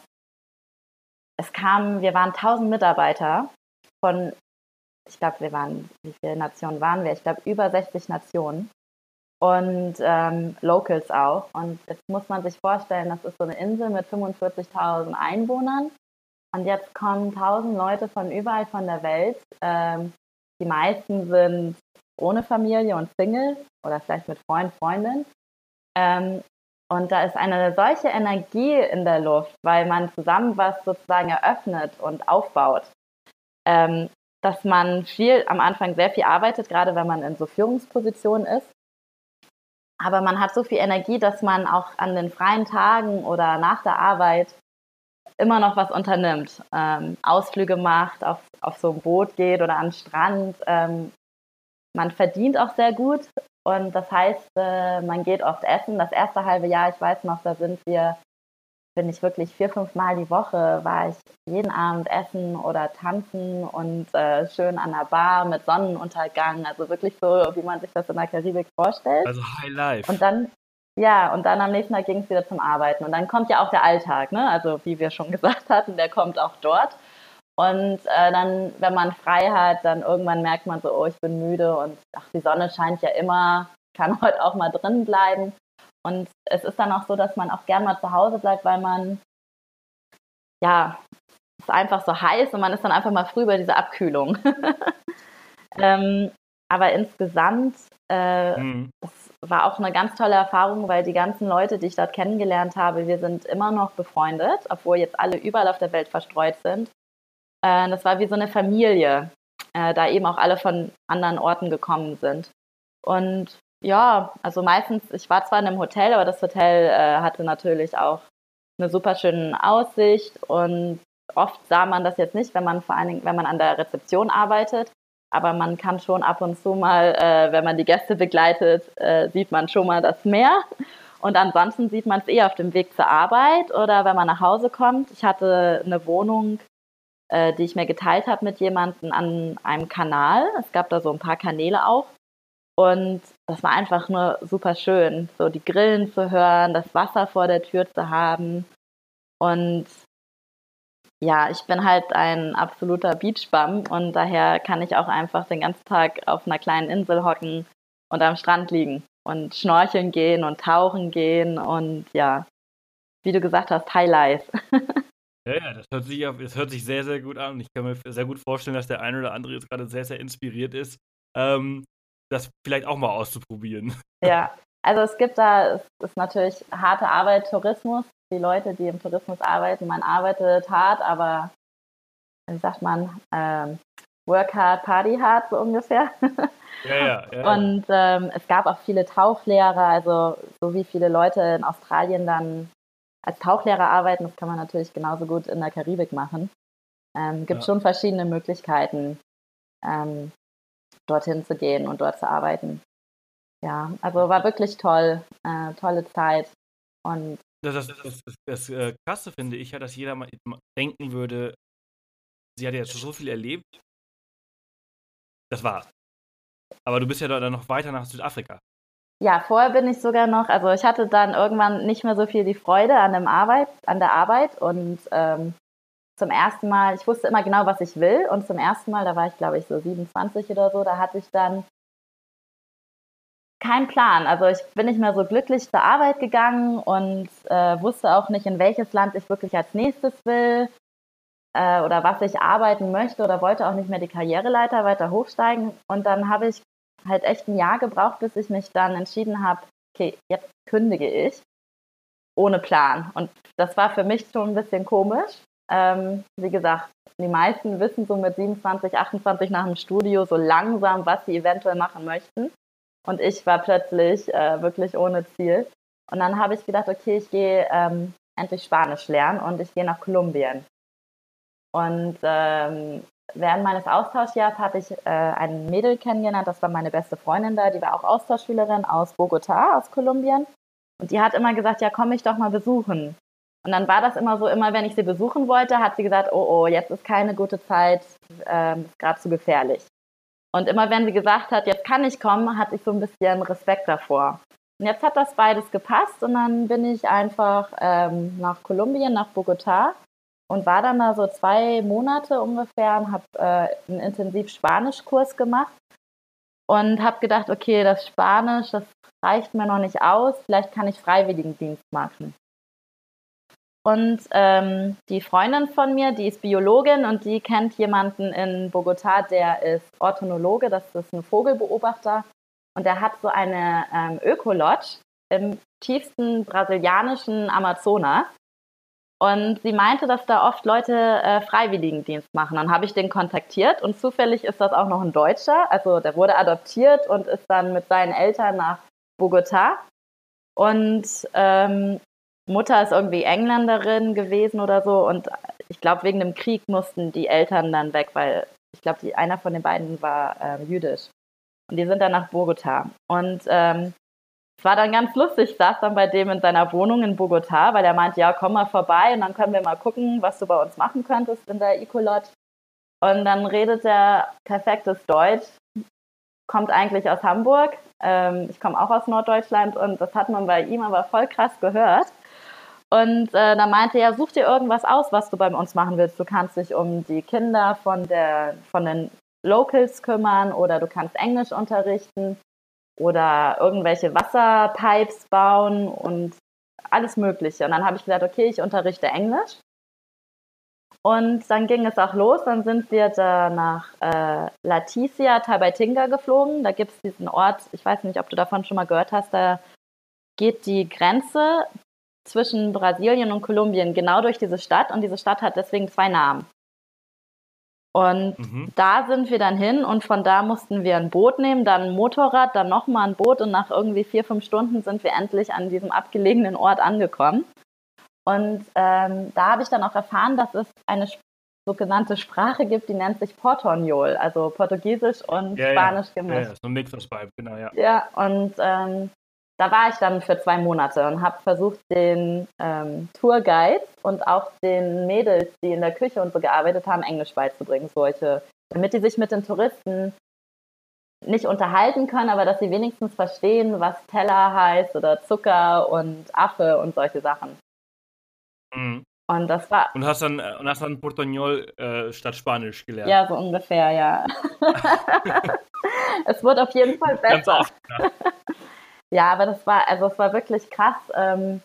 es kam, wir waren tausend Mitarbeiter von, ich glaube, wir waren, wie viele Nationen waren wir? Ich glaube, über sechzig Nationen und ähm, Locals auch. Und jetzt muss man sich vorstellen, das ist so eine Insel mit fünfundvierzigtausend Einwohnern. Und jetzt kommen tausend Leute von überall von der Welt. Ähm, die meisten sind ohne Familie und Single oder vielleicht mit Freund, Freundin. Ähm, und da ist eine solche Energie in der Luft, weil man zusammen was sozusagen eröffnet und aufbaut, ähm, dass man viel am Anfang sehr viel arbeitet, gerade wenn man in so Führungspositionen ist. Aber man hat so viel Energie, dass man auch an den freien Tagen oder nach der Arbeit immer noch was unternimmt. Ähm, Ausflüge macht, auf, auf so ein Boot geht oder an den Strand. Ähm, man verdient auch sehr gut und das heißt, äh, man geht oft essen. Das erste halbe Jahr, ich weiß noch, da sind wir, bin ich wirklich vier, fünf Mal die Woche, war ich jeden Abend essen oder tanzen und äh, schön an der Bar mit Sonnenuntergang. Also wirklich so, wie man sich das in der Karibik vorstellt. Also High Life. Und dann, ja, und dann am nächsten Tag ging es wieder zum Arbeiten. Und dann kommt ja auch der Alltag, ne? Also wie wir schon gesagt hatten, der kommt auch dort. Und äh, dann, wenn man frei hat, dann irgendwann merkt man so, oh, ich bin müde und ach, die Sonne scheint ja immer, kann heute auch mal drin bleiben. Und es ist dann auch so, dass man auch gern mal zu Hause bleibt, weil man, ja, es ist einfach so heiß und man ist dann einfach mal früh bei dieser Abkühlung. ähm, aber insgesamt, äh, Mhm. das war auch eine ganz tolle Erfahrung, weil die ganzen Leute, die ich dort kennengelernt habe, wir sind immer noch befreundet, obwohl jetzt alle überall auf der Welt verstreut sind. Äh, das war wie so eine Familie, äh, da eben auch alle von anderen Orten gekommen sind. Und ja, also meistens, ich war zwar in einem Hotel, aber das Hotel äh, hatte natürlich auch eine super schöne Aussicht und oft sah man das jetzt nicht, wenn man vor allen Dingen, wenn man an der Rezeption arbeitet, aber man kann schon ab und zu mal, äh, wenn man die Gäste begleitet, äh, sieht man schon mal das Meer. Und ansonsten sieht man es eher auf dem Weg zur Arbeit oder wenn man nach Hause kommt. Ich hatte eine Wohnung, äh, die ich mir geteilt habe mit jemandem an einem Kanal. Es gab da so ein paar Kanäle auch. Und das war einfach nur super schön, so die Grillen zu hören, das Wasser vor der Tür zu haben. Und ja, ich bin halt ein absoluter Beachbum und daher kann ich auch einfach den ganzen Tag auf einer kleinen Insel hocken und am Strand liegen und schnorcheln gehen und tauchen gehen und ja, wie du gesagt hast, High Life. Ja, ja, das hört sich, auf, das hört sich sehr, sehr gut an. Ich kann mir sehr gut vorstellen, dass der eine oder andere jetzt gerade sehr, sehr inspiriert ist, ähm, das vielleicht auch mal auszuprobieren. Ja, also es gibt da, es ist natürlich harte Arbeit, Tourismus. Die Leute, die im Tourismus arbeiten, man arbeitet hart, aber wie sagt man, ähm, work hard, party hard, so ungefähr. Ja, ja, ja. Und ähm, es gab auch viele Tauchlehrer, also so wie viele Leute in Australien dann als Tauchlehrer arbeiten, das kann man natürlich genauso gut in der Karibik machen. Ähm, gibt Ja. schon verschiedene Möglichkeiten, ähm, dorthin zu gehen und dort zu arbeiten. Ja, also war wirklich toll, äh, tolle Zeit. Und Das, das, das, das, das äh, Krasse finde ich ja, dass jeder mal denken würde, sie hat ja jetzt so viel erlebt, das war's. Aber du bist ja dann noch weiter nach Südafrika. ja, vorher bin ich sogar noch, also ich hatte dann irgendwann nicht mehr so viel die Freude an, dem Arbeit, an der Arbeit und ähm, zum ersten Mal, ich wusste immer genau, was ich will und zum ersten Mal, da war ich glaube ich so siebenundzwanzig oder so, da hatte ich dann keinen Plan. Also ich bin nicht mehr so glücklich zur Arbeit gegangen und äh, wusste auch nicht, in welches Land ich wirklich als nächstes will äh, oder was ich arbeiten möchte oder wollte auch nicht mehr die Karriereleiter weiter hochsteigen. Und dann habe ich halt echt ein Jahr gebraucht, bis ich mich dann entschieden habe, okay, jetzt kündige ich ohne Plan. Und das war für mich schon ein bisschen komisch. Ähm, wie gesagt, die meisten wissen so mit siebenundzwanzig, achtundzwanzig nach dem Studio so langsam, was sie eventuell machen möchten. Und ich war plötzlich äh, wirklich ohne Ziel. Und dann habe ich gedacht, okay, ich gehe ähm, endlich Spanisch lernen und ich gehe nach Kolumbien. Und ähm, während meines Austauschjahres habe ich äh, ein Mädel kennengelernt, das war meine beste Freundin da, die war auch Austauschschülerin aus Bogotá, aus Kolumbien. Und die hat immer gesagt, ja, komm mich doch mal besuchen. Und dann war das immer so, immer wenn ich sie besuchen wollte, hat sie gesagt, oh, oh, jetzt ist keine gute Zeit, ähm, ist gerade zu gefährlich. Und immer wenn sie gesagt hat, jetzt kann ich kommen, hatte ich so ein bisschen Respekt davor. Und jetzt hat das beides gepasst und dann bin ich einfach ähm, nach Kolumbien, nach Bogotá und war dann da so zwei Monate ungefähr und habe äh, einen Intensiv-Spanisch-Kurs gemacht und habe gedacht, okay, das Spanisch, das reicht mir noch nicht aus, vielleicht kann ich Freiwilligendienst machen. Und ähm, die Freundin von mir, die ist Biologin und die kennt jemanden in Bogotá, der ist Ornithologe, das ist ein Vogelbeobachter. Und der hat so eine ähm, Ökolodge im tiefsten brasilianischen Amazonas. Und sie meinte, dass da oft Leute äh, Freiwilligendienst machen. Dann habe ich den kontaktiert und zufällig ist das auch noch ein Deutscher. Also der wurde adoptiert und ist dann mit seinen Eltern nach Bogotá. Und ähm, Mutter ist irgendwie Engländerin gewesen oder so. Und ich glaube, wegen dem Krieg mussten die Eltern dann weg, weil ich glaube, einer von den beiden war äh, jüdisch. Und die sind dann nach Bogotá. Und ähm, es war dann ganz lustig, ich saß dann bei dem in seiner Wohnung in Bogotá, weil er meinte, ja, komm mal vorbei und dann können wir mal gucken, was du bei uns machen könntest in der Ecolodge. Und dann redet er perfektes Deutsch, kommt eigentlich aus Hamburg. Ähm, ich komme auch aus Norddeutschland und das hat man bei ihm aber voll krass gehört. Und äh, dann meinte er, such dir irgendwas aus, was du bei uns machen willst. Du kannst dich um die Kinder von, der, von den Locals kümmern oder du kannst Englisch unterrichten oder irgendwelche Wasserpipes bauen und alles Mögliche. Und dann habe ich gesagt, okay, ich unterrichte Englisch. Und dann ging es auch los. Dann sind wir da nach äh, Leticia, Tabatinga geflogen. Da gibt es diesen Ort, ich weiß nicht, ob du davon schon mal gehört hast, da geht die Grenze zwischen Brasilien und Kolumbien genau durch diese Stadt. Und diese Stadt hat deswegen zwei Namen. Und mhm. da sind wir dann hin und von da mussten wir ein Boot nehmen, dann ein Motorrad, dann nochmal ein Boot und nach irgendwie vier, fünf Stunden sind wir endlich an diesem abgelegenen Ort angekommen. Und ähm, da habe ich dann auch erfahren, dass es eine sogenannte Sprache gibt, die nennt sich Portuñol, also Portugiesisch und ja, Spanisch ja. gemischt. Ja, ja, so ein Mix aus beiden, genau, ja. Ja, und ähm, da war ich dann für zwei Monate und habe versucht, den ähm, Tourguides und auch den Mädels, die in der Küche und so gearbeitet haben, Englisch beizubringen, solche, damit die sich mit den Touristen nicht unterhalten können, aber dass sie wenigstens verstehen, was Teller heißt oder Zucker und Affe und solche Sachen. Mhm. Und das war... Und hast dann, und hast dann Portuñol äh, statt Spanisch gelernt? Ja, so ungefähr, ja. Es wird auf jeden Fall besser. Ganz oft, ja. Ja, aber das war, also es war wirklich krass, ähm,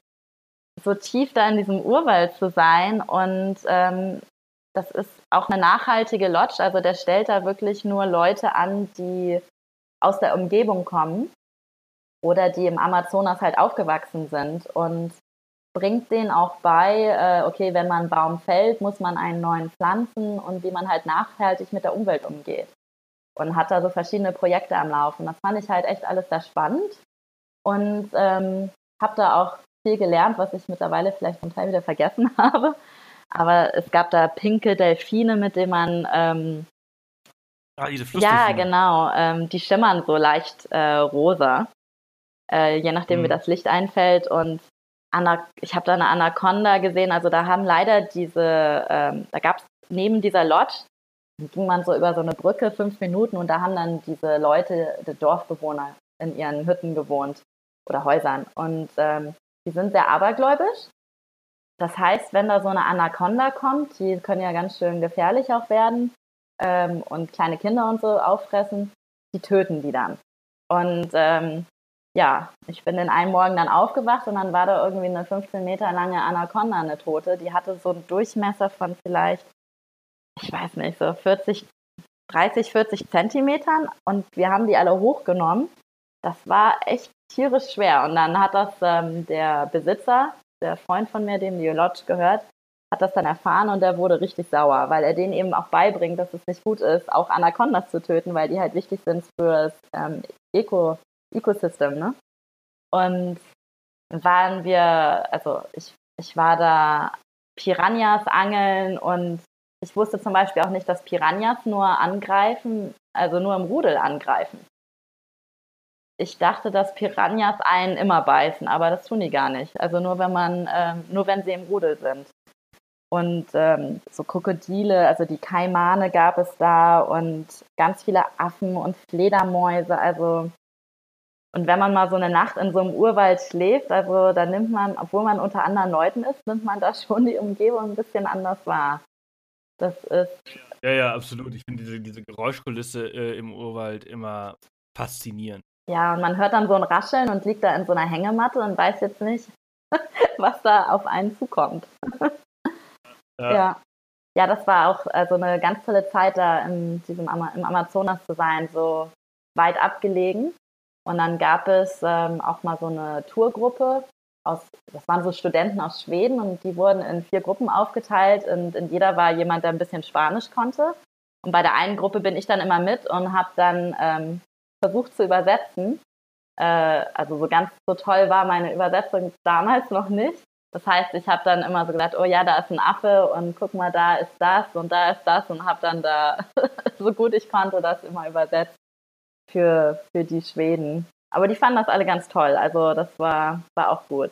so tief da in diesem Urwald zu sein und ähm, das ist auch eine nachhaltige Lodge, also der stellt da wirklich nur Leute an, die aus der Umgebung kommen oder die im Amazonas halt aufgewachsen sind und bringt denen auch bei, äh, okay, wenn man einen Baum fällt, muss man einen neuen pflanzen und wie man halt nachhaltig mit der Umwelt umgeht und hat da so verschiedene Projekte am Laufen. Das fand ich halt echt alles sehr spannend. Und ähm, habe da auch viel gelernt, was ich mittlerweile vielleicht zum Teil wieder vergessen habe. Aber es gab da pinke Delfine, mit denen man... Ähm, ah, diese Flussdelfine. Ja, genau. Ähm, die schimmern so leicht äh, rosa, äh, je nachdem, mhm. wie das Licht einfällt. Und Ana- ich habe da eine Anaconda gesehen. Also da haben leider diese... Ähm, da gab es neben dieser Lodge, ging man so über so eine Brücke, fünf Minuten. Und da haben dann diese Leute, die Dorfbewohner, in ihren Hütten gewohnt. Oder Häusern. Und ähm, die sind sehr abergläubisch. Das heißt, wenn da so eine Anaconda kommt, die können ja ganz schön gefährlich auch werden ähm, und kleine Kinder und so auffressen, die töten die dann. Und ähm, ja, ich bin in einem Morgen dann aufgewacht und dann war da irgendwie eine fünfzehn Meter lange Anaconda, eine Tote. Die hatte so einen Durchmesser von vielleicht, ich weiß nicht, so vierzig, dreißig, vierzig Zentimetern und wir haben die alle hochgenommen. Das war echt tierisch schwer. Und dann hat das ähm, der Besitzer, der Freund von mir, dem die Lodge gehört, hat das dann erfahren und der wurde richtig sauer, weil er denen eben auch beibringt, dass es nicht gut ist, auch Anacondas zu töten, weil die halt wichtig sind für das ähm, Eco, Ecosystem, ne? Und waren wir, also ich, ich war da Piranhas angeln und ich wusste zum Beispiel auch nicht, dass Piranhas nur angreifen, also nur im Rudel angreifen. ich dachte, dass Piranhas einen immer beißen, aber das tun die gar nicht. Also nur wenn man, ähm, nur wenn sie im Rudel sind. Und ähm, so Krokodile, also die Kaimane gab es da und ganz viele Affen und Fledermäuse. Also und wenn man mal so eine Nacht in so einem Urwald schläft, also da nimmt man, obwohl man unter anderen Leuten ist, nimmt man da schon die Umgebung ein bisschen anders wahr. Das ist Ja, ja, absolut. Ich finde diese, diese Geräuschkulisse äh, im Urwald immer faszinierend. ja, und man hört dann so ein Rascheln und liegt da in so einer Hängematte und weiß jetzt nicht, was da auf einen zukommt. Ja. Ja. Ja, das war auch also eine ganz tolle Zeit, da in diesem Ama- im Amazonas zu sein, so weit abgelegen. Und dann gab es ähm, auch mal so eine Tourgruppe aus, das waren so Studenten aus Schweden und die wurden in vier Gruppen aufgeteilt und in jeder war jemand, der ein bisschen Spanisch konnte. Und bei der einen Gruppe bin ich dann immer mit und habe dann ähm, versucht zu übersetzen. Äh, also so ganz so toll war meine Übersetzung damals noch nicht. Das heißt, ich habe dann immer so gedacht, oh ja, da ist ein Affe und guck mal, da ist das und da ist das und habe dann da, so gut ich konnte, das immer übersetzt für, für die Schweden. Aber die fanden das alle ganz toll, also das war, war auch gut.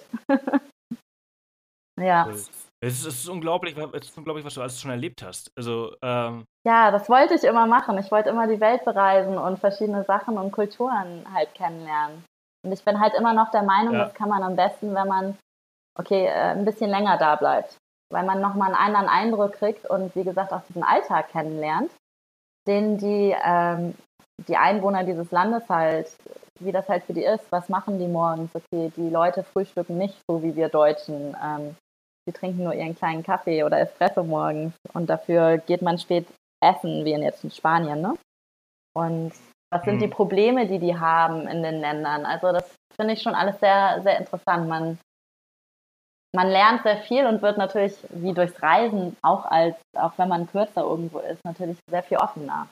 Ja. Es ist, es ist unglaublich, wa- es ist unglaublich, was du alles schon erlebt hast. Also, ähm, Ja, das wollte ich immer machen. Ich wollte immer die Welt bereisen und verschiedene Sachen und Kulturen halt kennenlernen. Und ich bin halt immer noch der Meinung, Ja. das kann man am besten, wenn man, okay, äh, ein bisschen länger da bleibt. Weil man nochmal einen anderen Eindruck kriegt und wie gesagt auch diesen Alltag kennenlernt, den die, ähm, die Einwohner dieses Landes halt, wie das halt für die ist, was machen die morgens? Okay, die Leute frühstücken nicht so wie wir Deutschen. Ähm, die trinken nur ihren kleinen Kaffee oder Espresso morgens und dafür geht man spät essen, wie in jetzt in Spanien, ne? Und was sind die Mhm. Probleme, die die haben in den Ländern? Also das finde ich schon alles sehr, sehr interessant. Man, man lernt sehr viel und wird natürlich, wie durchs Reisen, auch als, auch wenn man kürzer irgendwo ist, natürlich sehr viel offener.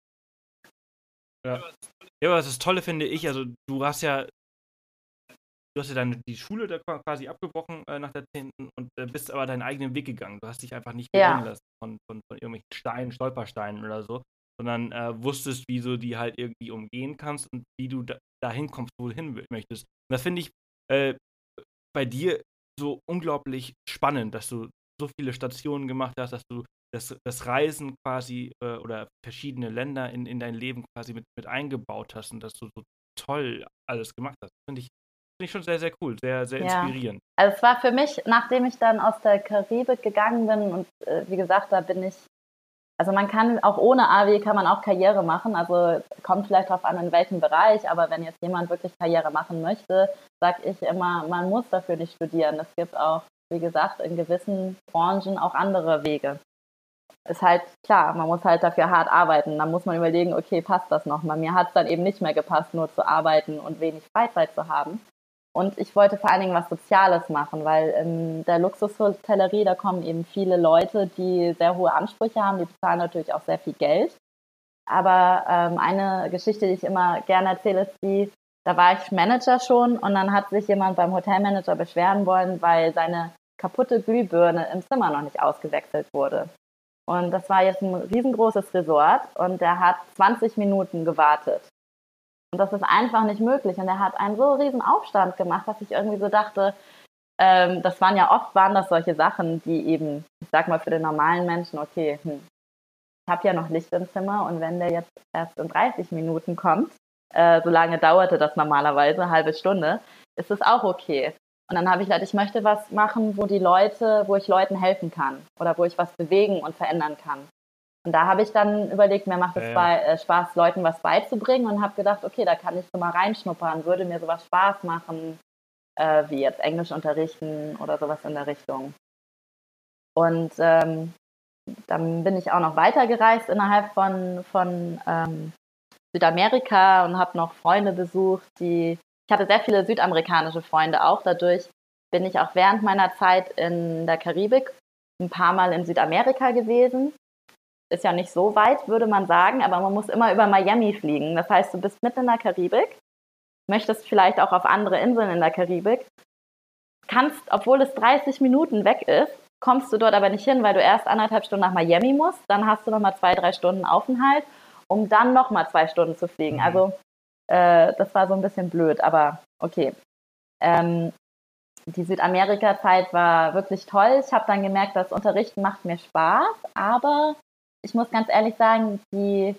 Ja. Ja, aber das Tolle finde ich, also du hast ja, du hast ja deine, die Schule da qua- quasi abgebrochen äh, nach der zehnten und äh, bist aber deinen eigenen Weg gegangen. Du hast dich einfach nicht beirren Ja, lassen von, von, von irgendwelchen Steinen, Stolpersteinen oder so, sondern äh, wusstest, wie du die halt irgendwie umgehen kannst und wie du da, dahin kommst, wo du hin will- möchtest. Und das finde ich äh, bei dir so unglaublich spannend, dass du so viele Stationen gemacht hast, dass du das, das Reisen quasi äh, oder verschiedene Länder in, in dein Leben quasi mit, mit eingebaut hast und dass du so toll alles gemacht hast. Finde ich, finde ich schon sehr, sehr cool, sehr, sehr ja. inspirierend. Also es war für mich, nachdem ich dann aus der Karibik gegangen bin und äh, wie gesagt, da bin ich, also man kann auch ohne A W kann man auch Karriere machen, also kommt vielleicht darauf an, in welchem Bereich, aber wenn jetzt jemand wirklich Karriere machen möchte, sage ich immer, man muss dafür nicht studieren. Es gibt auch, wie gesagt, in gewissen Branchen auch andere Wege. Ist halt klar, man muss halt dafür hart arbeiten. Dann muss man überlegen, okay, passt das noch? Bei mir hat es dann eben nicht mehr gepasst, nur zu arbeiten und wenig Freizeit zu haben. Und ich wollte vor allen Dingen was Soziales machen, weil in der Luxushotellerie, da kommen eben viele Leute, die sehr hohe Ansprüche haben, die bezahlen natürlich auch sehr viel Geld. Aber ähm, eine Geschichte, die ich immer gerne erzähle, ist die, da war ich Manager schon und dann hat sich jemand beim Hotelmanager beschweren wollen, weil seine kaputte Glühbirne im Zimmer noch nicht ausgewechselt wurde. Und das war jetzt ein riesengroßes Resort und der hat zwanzig Minuten gewartet. Und das ist einfach nicht möglich. Und er hat einen so riesen Aufstand gemacht, dass ich irgendwie so dachte, ähm, das waren ja oft, waren das solche Sachen, die eben, ich sag mal für den normalen Menschen, okay, hm, ich habe ja noch Licht im Zimmer und wenn der jetzt erst in dreißig Minuten kommt, äh, so lange dauerte das normalerweise, eine halbe Stunde, ist es auch okay. Und dann habe ich gedacht, ich möchte was machen, wo die Leute, wo ich Leuten helfen kann oder wo ich was bewegen und verändern kann. Und da habe ich dann überlegt, mir macht es Ja, ja. bei, äh, Spaß, Leuten was beizubringen und habe gedacht, okay, da kann ich so mal reinschnuppern, würde mir sowas Spaß machen, äh, wie jetzt Englisch unterrichten oder sowas in der Richtung. Und ähm, dann bin ich auch noch weitergereist innerhalb von, von ähm, Südamerika und habe noch Freunde besucht, die, ich hatte sehr viele südamerikanische Freunde auch, dadurch bin ich auch während meiner Zeit in der Karibik ein paar Mal in Südamerika gewesen. Ist ja nicht so weit, würde man sagen, aber man muss immer über Miami fliegen. Das heißt, du bist mitten in der Karibik, möchtest vielleicht auch auf andere Inseln in der Karibik, kannst, obwohl es dreißig Minuten weg ist, kommst du dort aber nicht hin, weil du erst anderthalb Stunden nach Miami musst, dann hast du nochmal zwei, drei Stunden Aufenthalt, um dann nochmal zwei Stunden zu fliegen. Mhm. Also Äh, das war so ein bisschen blöd, aber okay. Ähm, die Südamerika-Zeit war wirklich toll. Ich habe dann gemerkt, das Unterrichten macht mir Spaß, aber ich muss ganz ehrlich sagen, die,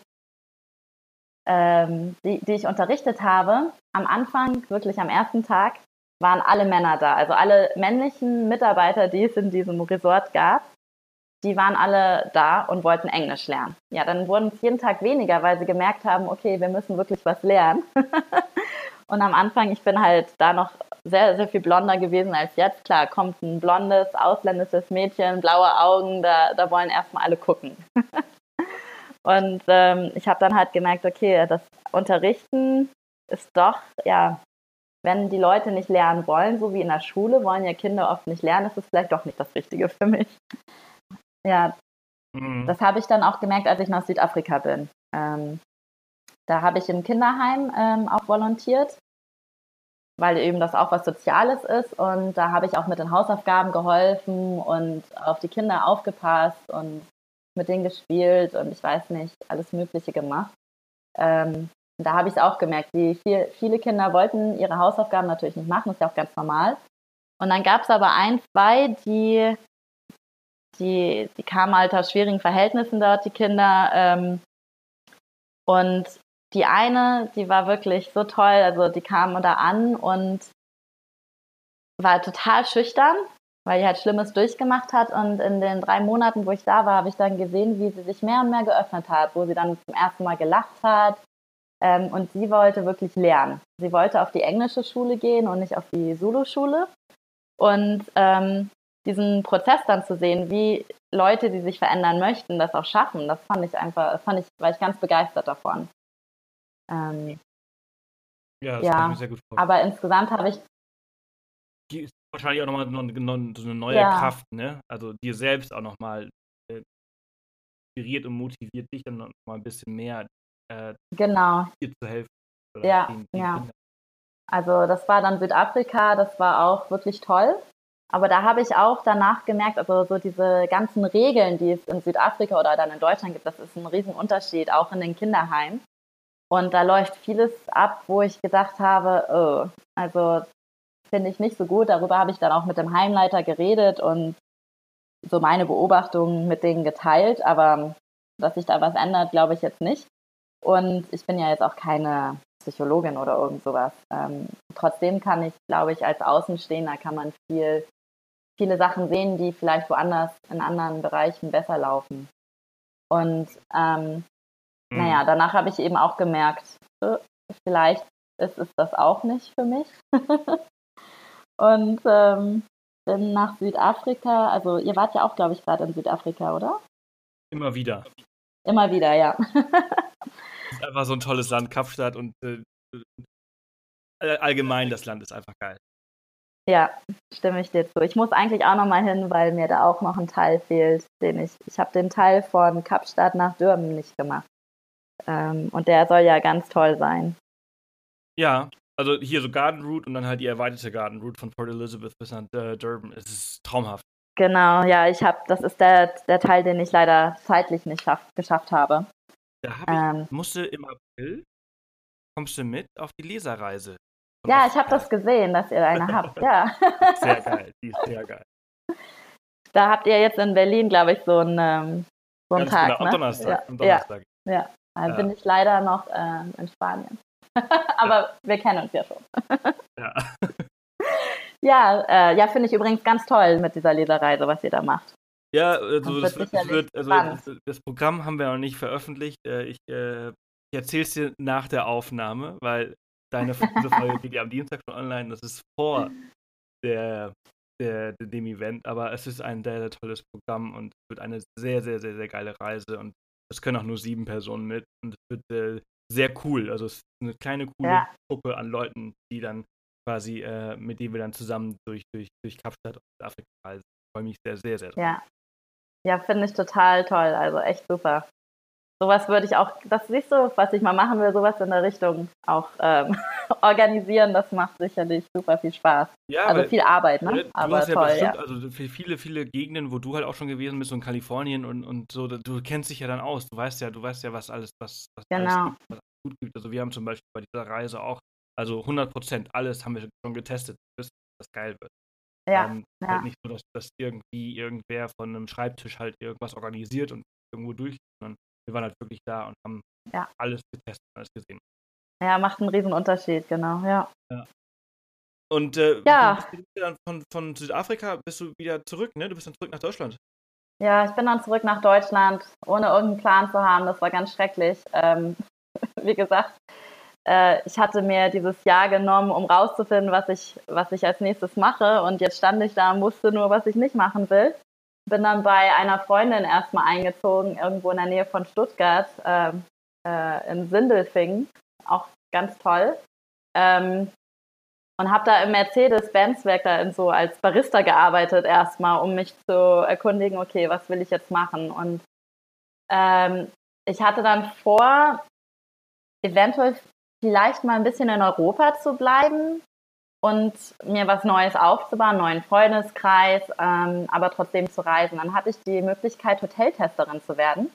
ähm, die, die ich unterrichtet habe, am Anfang, wirklich am ersten Tag, waren alle Männer da. Also alle männlichen Mitarbeiter, die es in diesem Resort gab, die waren alle da und wollten Englisch lernen. Ja, dann wurden es jeden Tag weniger, weil sie gemerkt haben, okay, wir müssen wirklich was lernen. Und am Anfang, ich bin halt da noch sehr, sehr viel blonder gewesen als jetzt. Klar, kommt ein blondes, ausländisches Mädchen, blaue Augen, da, da wollen erstmal alle gucken. Und ähm, ich habe dann halt gemerkt, okay, das Unterrichten ist doch, ja, wenn die Leute nicht lernen wollen, so wie in der Schule, wollen ja Kinder oft nicht lernen, ist es vielleicht doch nicht das Richtige für mich. Ja, mhm. Das habe ich dann auch gemerkt, als ich nach Südafrika bin. Ähm, da habe ich im Kinderheim ähm, auch volontiert, weil eben das auch was Soziales ist. Und da habe ich auch mit den Hausaufgaben geholfen und auf die Kinder aufgepasst und mit denen gespielt und ich weiß nicht, alles Mögliche gemacht. Ähm, da habe ich es auch gemerkt, wie viel, viele Kinder wollten ihre Hausaufgaben natürlich nicht machen, das ist ja auch ganz normal. Und dann gab es aber ein, zwei, die, die, die kamen halt aus schwierigen Verhältnissen dort, die Kinder. Ähm, und die eine, die war wirklich so toll, also die kam da an und war total schüchtern, weil die halt Schlimmes durchgemacht hat. Und in den drei Monaten, wo ich da war, habe ich dann gesehen, wie sie sich mehr und mehr geöffnet hat, wo sie dann zum ersten Mal gelacht hat. Ähm, und sie wollte wirklich lernen. Sie wollte auf die englische Schule gehen und nicht auf die Zulu-Schule. Und ähm, diesen Prozess dann zu sehen, wie Leute, die sich verändern möchten, das auch schaffen, das fand ich einfach, das fand ich, war ich ganz begeistert davon. Ähm, ja, das ja, kann ich mir sehr gut vorstellen. Aber insgesamt habe ich Die ist wahrscheinlich auch nochmal noch, noch, so eine neue ja. Kraft, ne? Also dir selbst auch nochmal äh, inspiriert und motiviert dich dann nochmal ein bisschen mehr, äh, genau. dir zu helfen. Oder ja, den, den ja. Kindern. Also das war dann Südafrika, das war auch wirklich toll. Aber da habe ich auch danach gemerkt, also so diese ganzen Regeln, die es in Südafrika oder dann in Deutschland gibt, das ist ein Riesenunterschied, auch in den Kinderheimen. Und da läuft vieles ab, wo ich gedacht habe, oh, also finde ich nicht so gut. Darüber habe ich dann auch mit dem Heimleiter geredet und so meine Beobachtungen mit denen geteilt. Aber dass sich da was ändert, glaube ich jetzt nicht. Und ich bin ja jetzt auch keine Psychologin oder irgend sowas. Ähm, trotzdem kann ich, glaube ich, als Außenstehender kann man viel, viele Sachen sehen, die vielleicht woanders in anderen Bereichen besser laufen. Und ähm, mhm. naja, danach habe ich eben auch gemerkt, äh, vielleicht ist es das auch nicht für mich. Und ähm, bin nach Südafrika, also ihr wart ja auch, glaube ich, gerade in Südafrika, oder? Immer wieder. Immer wieder, ja. Das ist einfach so ein tolles Land, Kapstadt und äh, allgemein das Land ist einfach geil. Ja, stimme ich dir zu. Ich muss eigentlich auch nochmal hin, weil mir da auch noch ein Teil fehlt, den ich, ich habe den Teil von Kapstadt nach Durban nicht gemacht. Ähm, und der soll ja ganz toll sein. Ja, also hier so Garden Route und dann halt die erweiterte Garden Route von Port Elizabeth bis nach äh, Durban. Es ist traumhaft. Genau, ja, ich habe, das ist der, der Teil, den ich leider zeitlich nicht schaff, geschafft habe. Da hab ich, ähm, musste im April, kommst du mit auf die Leserreise? Ja, ich habe das gesehen, dass ihr eine habt, ja. Sehr geil, die ist sehr geil. Da habt ihr jetzt in Berlin, glaube ich, so einen, ähm, so einen Tag, genau, ne? Am Donnerstag. Ja, am Donnerstag. ja, ja. Da ja. bin ich leider noch äh, in Spanien. Aber ja. wir kennen uns ja schon. Ja. Ja, äh, ja, finde ich übrigens ganz toll mit dieser Leserreise, was ihr da macht. Ja, also das, das, wird, wird, also das, das Programm haben wir noch nicht veröffentlicht. Ich, äh, ich erzähle es dir nach der Aufnahme, weil deine diese Folge geht ja am Dienstag schon online. Das ist vor der, der, dem Event, aber es ist ein sehr, sehr tolles Programm und es wird eine sehr, sehr, sehr, sehr geile Reise und es können auch nur sieben Personen mit und es wird äh, sehr cool. Also es ist eine kleine, coole ja. Gruppe an Leuten, die dann quasi, äh, mit denen wir dann zusammen durch, durch, durch Kapstadt und Afrika reisen. Ich freue mich sehr, sehr, sehr drauf. Ja, ja finde ich total toll. Also echt super. Sowas würde ich auch, das siehst du, was ich mal machen will, sowas in der Richtung auch ähm, organisieren, das macht sicherlich super viel Spaß. Ja, also weil, viel Arbeit, ne? du Aber hast ja toll, bestimmt, ja. also für viele, viele Gegenden, wo du halt auch schon gewesen bist, so in Kalifornien und, und so, du kennst dich ja dann aus. Du weißt ja, du weißt ja, was alles, was, was alles Genau. gibt, was alles gut gibt. Also wir haben zum Beispiel bei dieser Reise auch, also hundert Prozent alles haben wir schon getestet, bis das geil wird. Ja, Ähm, halt ja, nicht so, dass, dass irgendwie irgendwer von einem Schreibtisch halt irgendwas organisiert und irgendwo durch, sondern wir waren halt wirklich da und haben ja. alles getestet, alles gesehen. Ja, macht einen riesen Unterschied, genau, ja. Ja. Und äh, du Ja, bist du dann von, von Südafrika bist du wieder zurück, ne? Du bist dann zurück nach Deutschland. ja, ich bin dann zurück nach Deutschland, ohne irgendeinen Plan zu haben. Das war ganz schrecklich. Ähm, wie gesagt, äh, ich hatte mir dieses Jahr genommen, um rauszufinden, was ich, was ich als nächstes mache. Und jetzt stand ich da und wusste nur, was ich nicht machen will. Bin dann bei einer Freundin erstmal eingezogen, irgendwo in der Nähe von Stuttgart, äh, äh, in Sindelfingen. Auch ganz toll. Ähm, und habe da im Mercedes-Benz-Werk da in so als Barista gearbeitet erstmal, um mich zu erkundigen, okay, was will ich jetzt machen? Und ähm, ich hatte dann vor, eventuell vielleicht mal ein bisschen in Europa zu bleiben und mir was Neues aufzubauen, einen neuen Freundeskreis, ähm, aber trotzdem zu reisen. Dann hatte ich die Möglichkeit, Hoteltesterin zu werden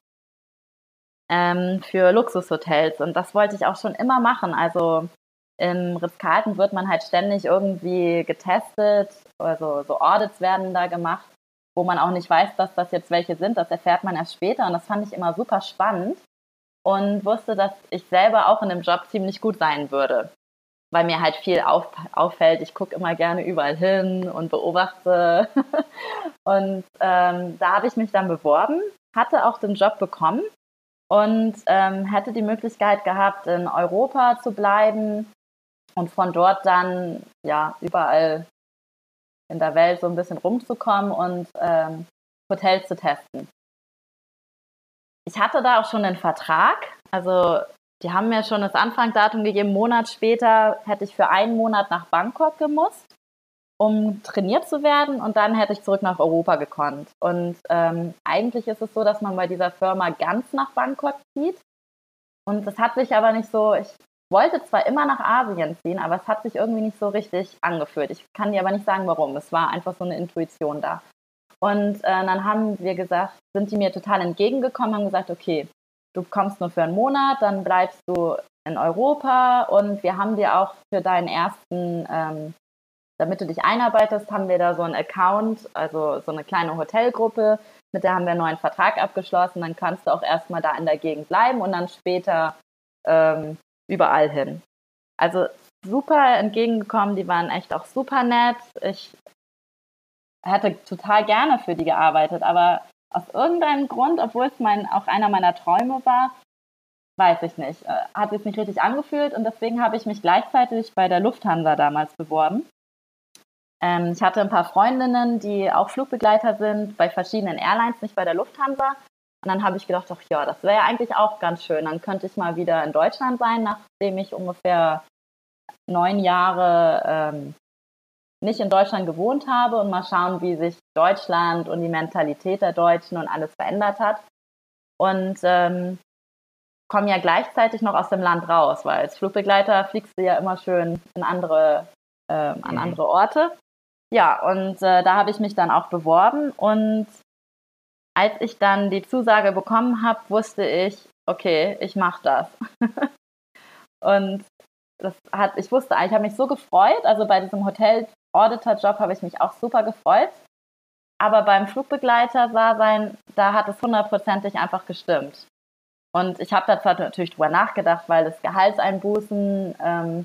ähm, für Luxushotels. Und das wollte ich auch schon immer machen. Also im Ritz-Carlton wird man halt ständig irgendwie getestet, also so Audits werden da gemacht, wo man auch nicht weiß, dass das jetzt welche sind. Das erfährt man erst später und das fand ich immer super spannend und wusste, dass ich selber auch in dem Job ziemlich gut sein würde, weil mir halt viel auf, auffällt. Ich gucke immer gerne überall hin und beobachte. Und ähm, da habe ich mich dann beworben, hatte auch den Job bekommen und ähm, hätte die Möglichkeit gehabt, in Europa zu bleiben und von dort dann ja überall in der Welt so ein bisschen rumzukommen und ähm, Hotels zu testen. Ich hatte da auch schon einen Vertrag, also die haben mir schon das Anfangsdatum gegeben, einen Monat später hätte ich für einen Monat nach Bangkok gemusst, um trainiert zu werden und dann hätte ich zurück nach Europa gekonnt. Und ähm, eigentlich ist es so, dass man bei dieser Firma ganz nach Bangkok zieht und das hat sich aber nicht so, ich wollte zwar immer nach Asien ziehen, aber es hat sich irgendwie nicht so richtig angefühlt. Ich kann dir aber nicht sagen, warum. Es war einfach so eine Intuition da. Und äh, dann haben wir gesagt, sind die mir total entgegengekommen, haben gesagt, okay, du kommst nur für einen Monat, dann bleibst du in Europa und wir haben dir auch für deinen ersten, ähm, damit du dich einarbeitest, haben wir da so einen Account, also so eine kleine Hotelgruppe, mit der haben wir einen neuen Vertrag abgeschlossen, dann kannst du auch erstmal da in der Gegend bleiben und dann später ähm, überall hin. Also super entgegengekommen, die waren echt auch super nett. Ich hätte total gerne für die gearbeitet, aber aus irgendeinem Grund, obwohl es mein, auch einer meiner Träume war, weiß ich nicht, äh, hat es nicht richtig angefühlt und deswegen habe ich mich gleichzeitig bei der Lufthansa damals beworben. Ähm, ich hatte ein paar Freundinnen, die auch Flugbegleiter sind bei verschiedenen Airlines, nicht bei der Lufthansa. Und dann habe ich gedacht, ach ja, das wäre ja eigentlich auch ganz schön. Dann könnte ich mal wieder in Deutschland sein, nachdem ich ungefähr neun Jahre ähm, nicht in Deutschland gewohnt habe und mal schauen, wie sich Deutschland und die Mentalität der Deutschen und alles verändert hat. Und ähm, komme ja gleichzeitig noch aus dem Land raus, weil als Flugbegleiter fliegst du ja immer schön in andere, äh, an mhm. andere Orte. Ja, und äh, da habe ich mich dann auch beworben und als ich dann die Zusage bekommen habe, wusste ich, okay, ich mache das. Und das hat, ich wusste, ich habe mich so gefreut, also bei diesem Hotel-Auditor-Job habe ich mich auch super gefreut, aber beim Flugbegleiter-Dasein, da hat es hundertprozentig einfach gestimmt. Und ich habe da zwar natürlich drüber nachgedacht, weil es Gehaltseinbußen ähm,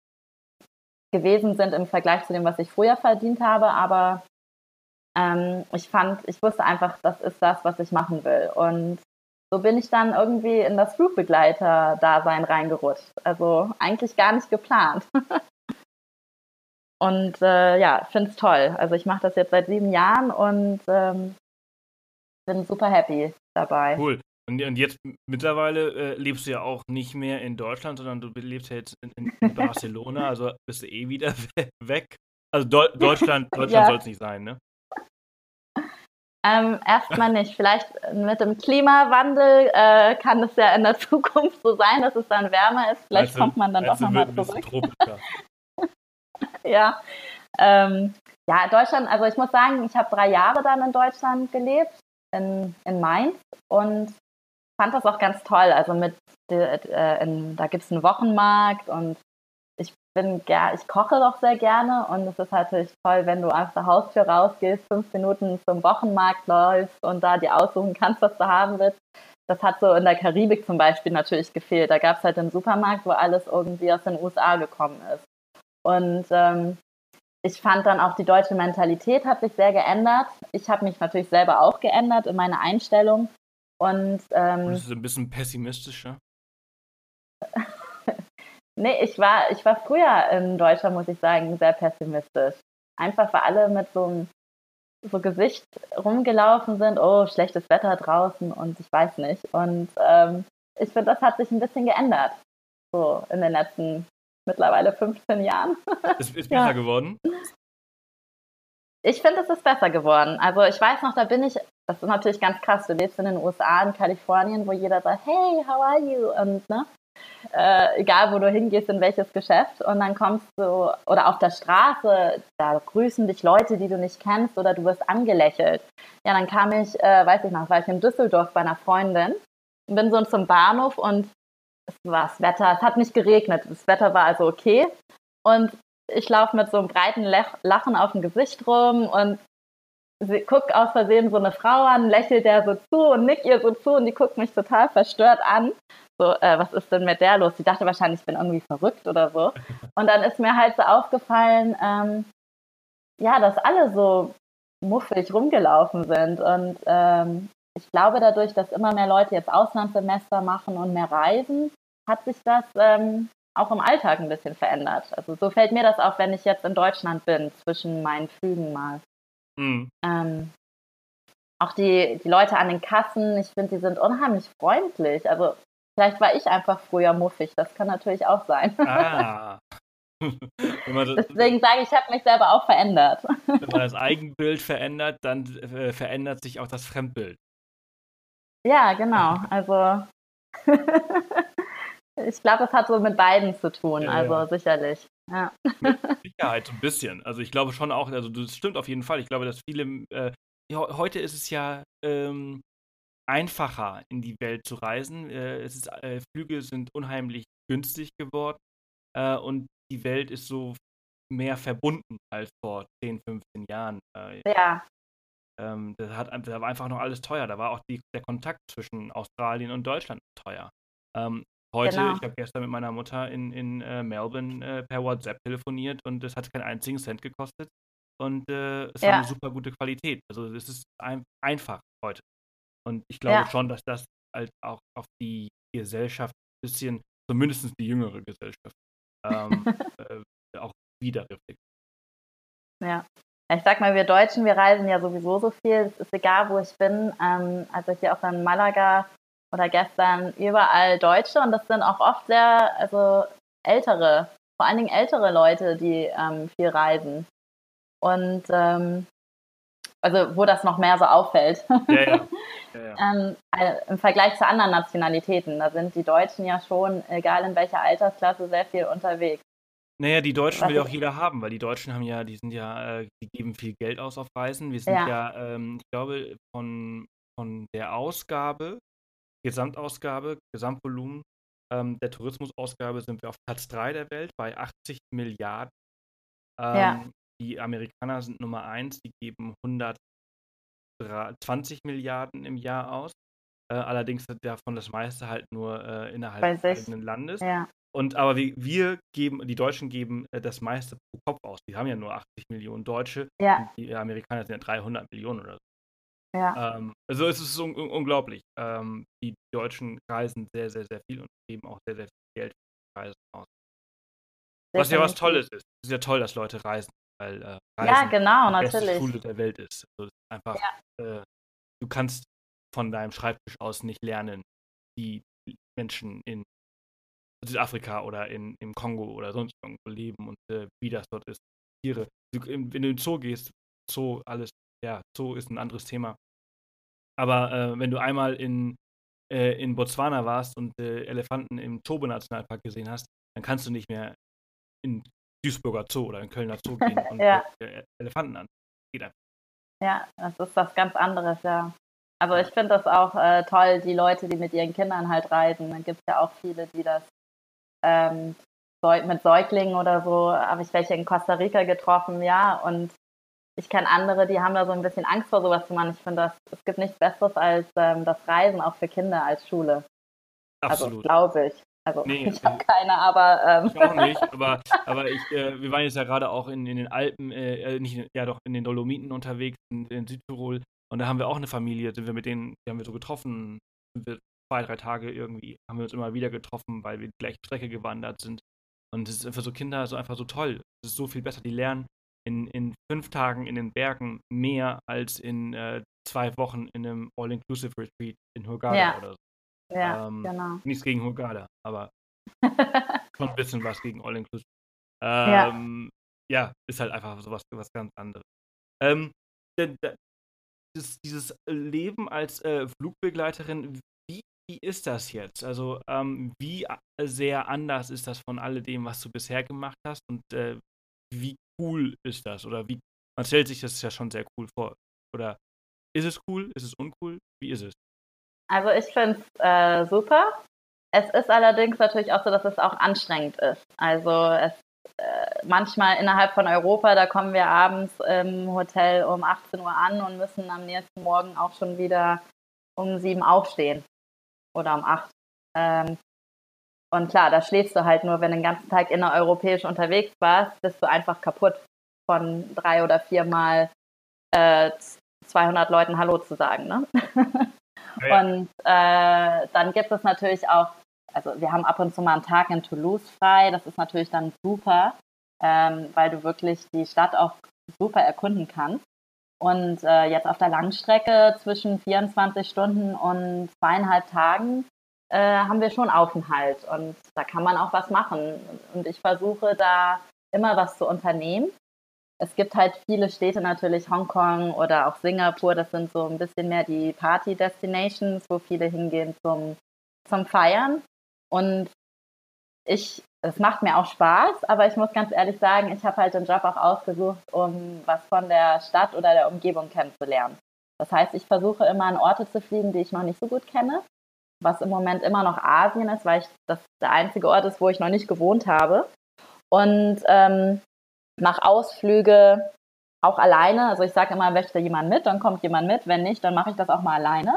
gewesen sind im Vergleich zu dem, was ich früher verdient habe, aber ähm, ich fand, ich wusste einfach, das ist das, was ich machen will. Und so bin ich dann irgendwie in das Flugbegleiter-Dasein reingerutscht. Also eigentlich gar nicht geplant. Und äh, ja, finde es toll. Also ich mache das jetzt seit sieben Jahren und ähm, bin super happy dabei. Cool. Und, und jetzt mittlerweile äh, lebst du ja auch nicht mehr in Deutschland, sondern du lebst ja jetzt in, in, in Barcelona, also bist du eh wieder weg. Also Deu- Deutschland, Deutschland Ja. soll es nicht sein, ne? Ähm, erstmal nicht. Vielleicht mit dem Klimawandel äh, kann es ja in der Zukunft so sein, dass es dann wärmer ist. Vielleicht Also, kommt man dann doch also nochmal wird ein bisschen zurück. tropischer. Ja. Ähm, ja, Deutschland, also ich muss sagen, ich habe drei Jahre dann in Deutschland gelebt, in, in Mainz und fand das auch ganz toll. Also mit, äh, in, da gibt es einen Wochenmarkt und ich bin ger ich koche doch sehr gerne und es ist natürlich toll, wenn du aus der Haustür rausgehst, fünf Minuten zum Wochenmarkt läufst und da dir aussuchen kannst, was du haben willst. Das hat so in der Karibik zum Beispiel natürlich gefehlt. Da gab es halt einen Supermarkt, wo alles irgendwie aus den U S A gekommen ist. Und ähm, ich fand dann auch, die deutsche Mentalität hat sich sehr geändert. Ich habe mich natürlich selber auch geändert in meiner Einstellung. Und, ähm, Und es ist ein bisschen pessimistischer. nee, ich war, ich war früher in Deutschland, muss ich sagen, sehr pessimistisch. Einfach, weil alle mit so einem so Gesicht rumgelaufen sind, oh, schlechtes Wetter draußen und ich weiß nicht. Und ähm, ich finde, das hat sich ein bisschen geändert. So in den letzten mittlerweile fünfzehn Jahren. Ist, ist besser Ja. geworden? Ich finde, es ist besser geworden. Also ich weiß noch, da bin ich, das ist natürlich ganz krass, du lebst in den U S A, in Kalifornien, wo jeder sagt, hey, how are you? Und ne, äh, egal wo du hingehst, in welches Geschäft und dann kommst du, oder auf der Straße, da grüßen dich Leute, die du nicht kennst oder du wirst angelächelt. Ja, dann kam ich, äh, weiß ich noch, war ich in Düsseldorf bei einer Freundin und bin so zum Bahnhof und es war das Wetter, es hat nicht geregnet, das Wetter war also okay und ich laufe mit so einem breiten Lachen auf dem Gesicht rum und sie guckt aus Versehen so eine Frau an, lächelt der so zu und nickt ihr so zu und die guckt mich total verstört an. So, äh, was ist denn mit der los? Die dachte wahrscheinlich, ich bin irgendwie verrückt oder so. Und dann ist mir halt so aufgefallen, ähm, ja, dass alle so muffig rumgelaufen sind und ähm, ich glaube, dadurch, dass immer mehr Leute jetzt Auslandssemester machen und mehr reisen, hat sich das ähm, auch im Alltag ein bisschen verändert. Also so fällt mir das auf, wenn ich jetzt in Deutschland bin, zwischen meinen Flügen mal. Mhm. Ähm, auch die, die Leute an den Kassen, ich finde, die sind unheimlich freundlich. Also vielleicht war ich einfach früher muffig, das kann natürlich auch sein. Ah. Deswegen sage ich, ich habe mich selber auch verändert. Wenn man das Eigenbild verändert, dann äh, verändert sich auch das Fremdbild. Ja, genau. Also ich glaube, es hat so mit beiden zu tun, ja, also ja. sicherlich. Ja. Mit Sicherheit, so ein bisschen. Also ich glaube schon auch, also das stimmt auf jeden Fall. Ich glaube, dass viele, äh, ja, heute ist es ja ähm, einfacher, in die Welt zu reisen. Äh, es ist, äh, Flüge sind unheimlich günstig geworden äh, und die Welt ist so mehr verbunden als vor zehn, fünfzehn Jahren. Äh, ja. Ähm, das, hat, das war einfach noch alles teuer. Da war auch die, der Kontakt zwischen Australien und Deutschland teuer. Ähm, heute, Genau. ich habe gestern mit meiner Mutter in, in äh, Melbourne äh, per WhatsApp telefoniert und es hat keinen einzigen Cent gekostet und äh, es Ja. war eine super gute Qualität. Also es ist ein, einfach heute. Und ich glaube Ja. schon, dass das halt auch auf die Gesellschaft ein bisschen, zumindest die jüngere Gesellschaft, ähm, äh, auch wieder reflektiert. Ja. Ich sag mal, wir Deutschen, wir reisen ja sowieso so viel. Es ist egal, wo ich bin. Ähm, also hier auch in Malaga oder gestern überall Deutsche und das sind auch oft sehr, also ältere, vor allen Dingen ältere Leute, die ähm, viel reisen. Und ähm, also wo das noch mehr so auffällt. Ja, ja. Ja, ja. ähm, also im Vergleich zu anderen Nationalitäten, da sind die Deutschen ja schon, egal in welcher Altersklasse, sehr viel unterwegs. Naja, die Deutschen Was will ja auch ich- jeder haben, weil die Deutschen haben ja, die sind ja, äh, die geben viel Geld aus auf Reisen. Wir sind Ja. ja, ähm, ich glaube, von, von der Ausgabe, Gesamtausgabe, Gesamtvolumen ähm, der Tourismusausgabe sind wir auf Platz drei der Welt bei achtzig Milliarden. Ähm, Ja. Die Amerikaner sind Nummer eins, die geben hundertzwanzig Milliarden im Jahr aus. Äh, allerdings davon das meiste halt nur äh, innerhalb Bei des sich. eigenen Landes. Ja. Und aber wir, wir geben, die Deutschen geben äh, das meiste pro Kopf aus. Die haben ja nur achtzig Millionen Deutsche. Ja. Und die Amerikaner sind ja dreihundert Millionen oder so. Ja. Ähm, also es ist un un unglaublich. Ähm, die Deutschen reisen sehr, sehr, sehr viel und geben auch sehr, sehr viel Geld für Reisen aus. Was ja was Tolles ist. Es ist ja toll, dass Leute reisen, weil äh, Reisen Ja, genau, die beste natürlich. Schule der Welt ist. Also es ist einfach, Ja. äh, du kannst von deinem Schreibtisch aus nicht lernen, wie Menschen in Südafrika oder in, im Kongo oder sonst irgendwo leben und äh, wie das dort ist. Tiere. Du, wenn du in den Zoo gehst, Zoo, alles, ja, Zoo ist ein anderes Thema. Aber äh, wenn du einmal in, äh, in Botswana warst und äh, Elefanten im Togo-Nationalpark gesehen hast, dann kannst du nicht mehr in Duisburger Zoo oder in Kölner Zoo gehen und Ja, äh, Elefanten an. Geht einfach. ja, das ist was ganz anderes, ja. Also Ja. ich finde das auch äh, toll, die Leute, die mit ihren Kindern halt reisen. Dann gibt es ja auch viele, die das ähm, Säu- mit Säuglingen oder so, habe ich welche in Costa Rica getroffen, ja. Und ich kenne andere, die haben da so ein bisschen Angst vor sowas zu machen. Ich finde, das, es gibt nichts Besseres als ähm, das Reisen auch für Kinder als Schule. Also Absolut. glaube ich. Also Nee, ich habe äh, keine, aber ähm, ich auch nicht, aber, aber ich, äh, wir waren jetzt ja gerade auch in, in den Alpen, äh, äh, nicht, in- ja doch, in den Dolomiten unterwegs, in, in Südtirol. Und da haben wir auch eine Familie, sind wir mit denen, die haben wir so getroffen, sind wir zwei, drei Tage irgendwie, haben wir uns immer wieder getroffen, weil wir die gleiche Strecke gewandert sind. Und es ist einfach so Kinder, so einfach so toll. Es ist so viel besser. Die lernen in, in fünf Tagen in den Bergen mehr als in äh, zwei Wochen in einem All-Inclusive-Retreat in Hurghada ja, oder so. ja, Ähm, genau. nichts gegen Hurghada, aber schon ein bisschen was gegen All-Inclusive. Ja, Ähm, ja, ist halt einfach so was, was ganz anderes. Ähm, denn da- das, dieses Leben als äh, Flugbegleiterin, wie, wie ist das jetzt? Also, ähm, wie a- sehr anders ist das von alledem, was du bisher gemacht hast? Und äh, wie cool ist das? Oder wie, man stellt sich das ja schon sehr cool vor. Oder ist es cool? Ist es uncool? Wie ist es? also ich finde es äh, super. Es ist allerdings natürlich auch so, dass es auch anstrengend ist. Also es äh, manchmal innerhalb von Europa, da kommen wir abends im Hotel um achtzehn Uhr an und müssen am nächsten Morgen auch schon wieder um sieben aufstehen oder um acht. Ähm, und klar, da schläfst du halt nur, wenn du den ganzen Tag innereuropäisch unterwegs warst, bist du einfach kaputt von drei oder viermal äh, zweihundert Leuten Hallo zu sagen. Ne? Ja, ja. Und äh, dann gibt es natürlich auch, also wir haben ab und zu mal einen Tag in Toulouse frei. Das ist natürlich dann super, ähm, weil du wirklich die Stadt auch super erkunden kannst. Und äh, jetzt auf der Langstrecke zwischen vierundzwanzig Stunden und zweieinhalb Tagen äh, haben wir schon Aufenthalt. Und da kann man auch was machen. Und ich versuche da immer was zu unternehmen. Es gibt halt viele Städte natürlich, Hongkong oder auch Singapur, das sind so ein bisschen mehr die Party-Destinations, wo viele hingehen zum, zum Feiern. Und ich, es macht mir auch Spaß, aber ich muss ganz ehrlich sagen, ich habe halt den Job auch ausgesucht, um was von der Stadt oder der Umgebung kennenzulernen. Das heißt, ich versuche immer an Orte zu fliegen, die ich noch nicht so gut kenne, was im Moment immer noch Asien ist, weil ich, das der einzige Ort ist, wo ich noch nicht gewohnt habe. Und ähm, mache Ausflüge auch alleine. Also ich sage immer, möchte jemand mit, dann kommt jemand mit. Wenn nicht, dann mache ich das auch mal alleine.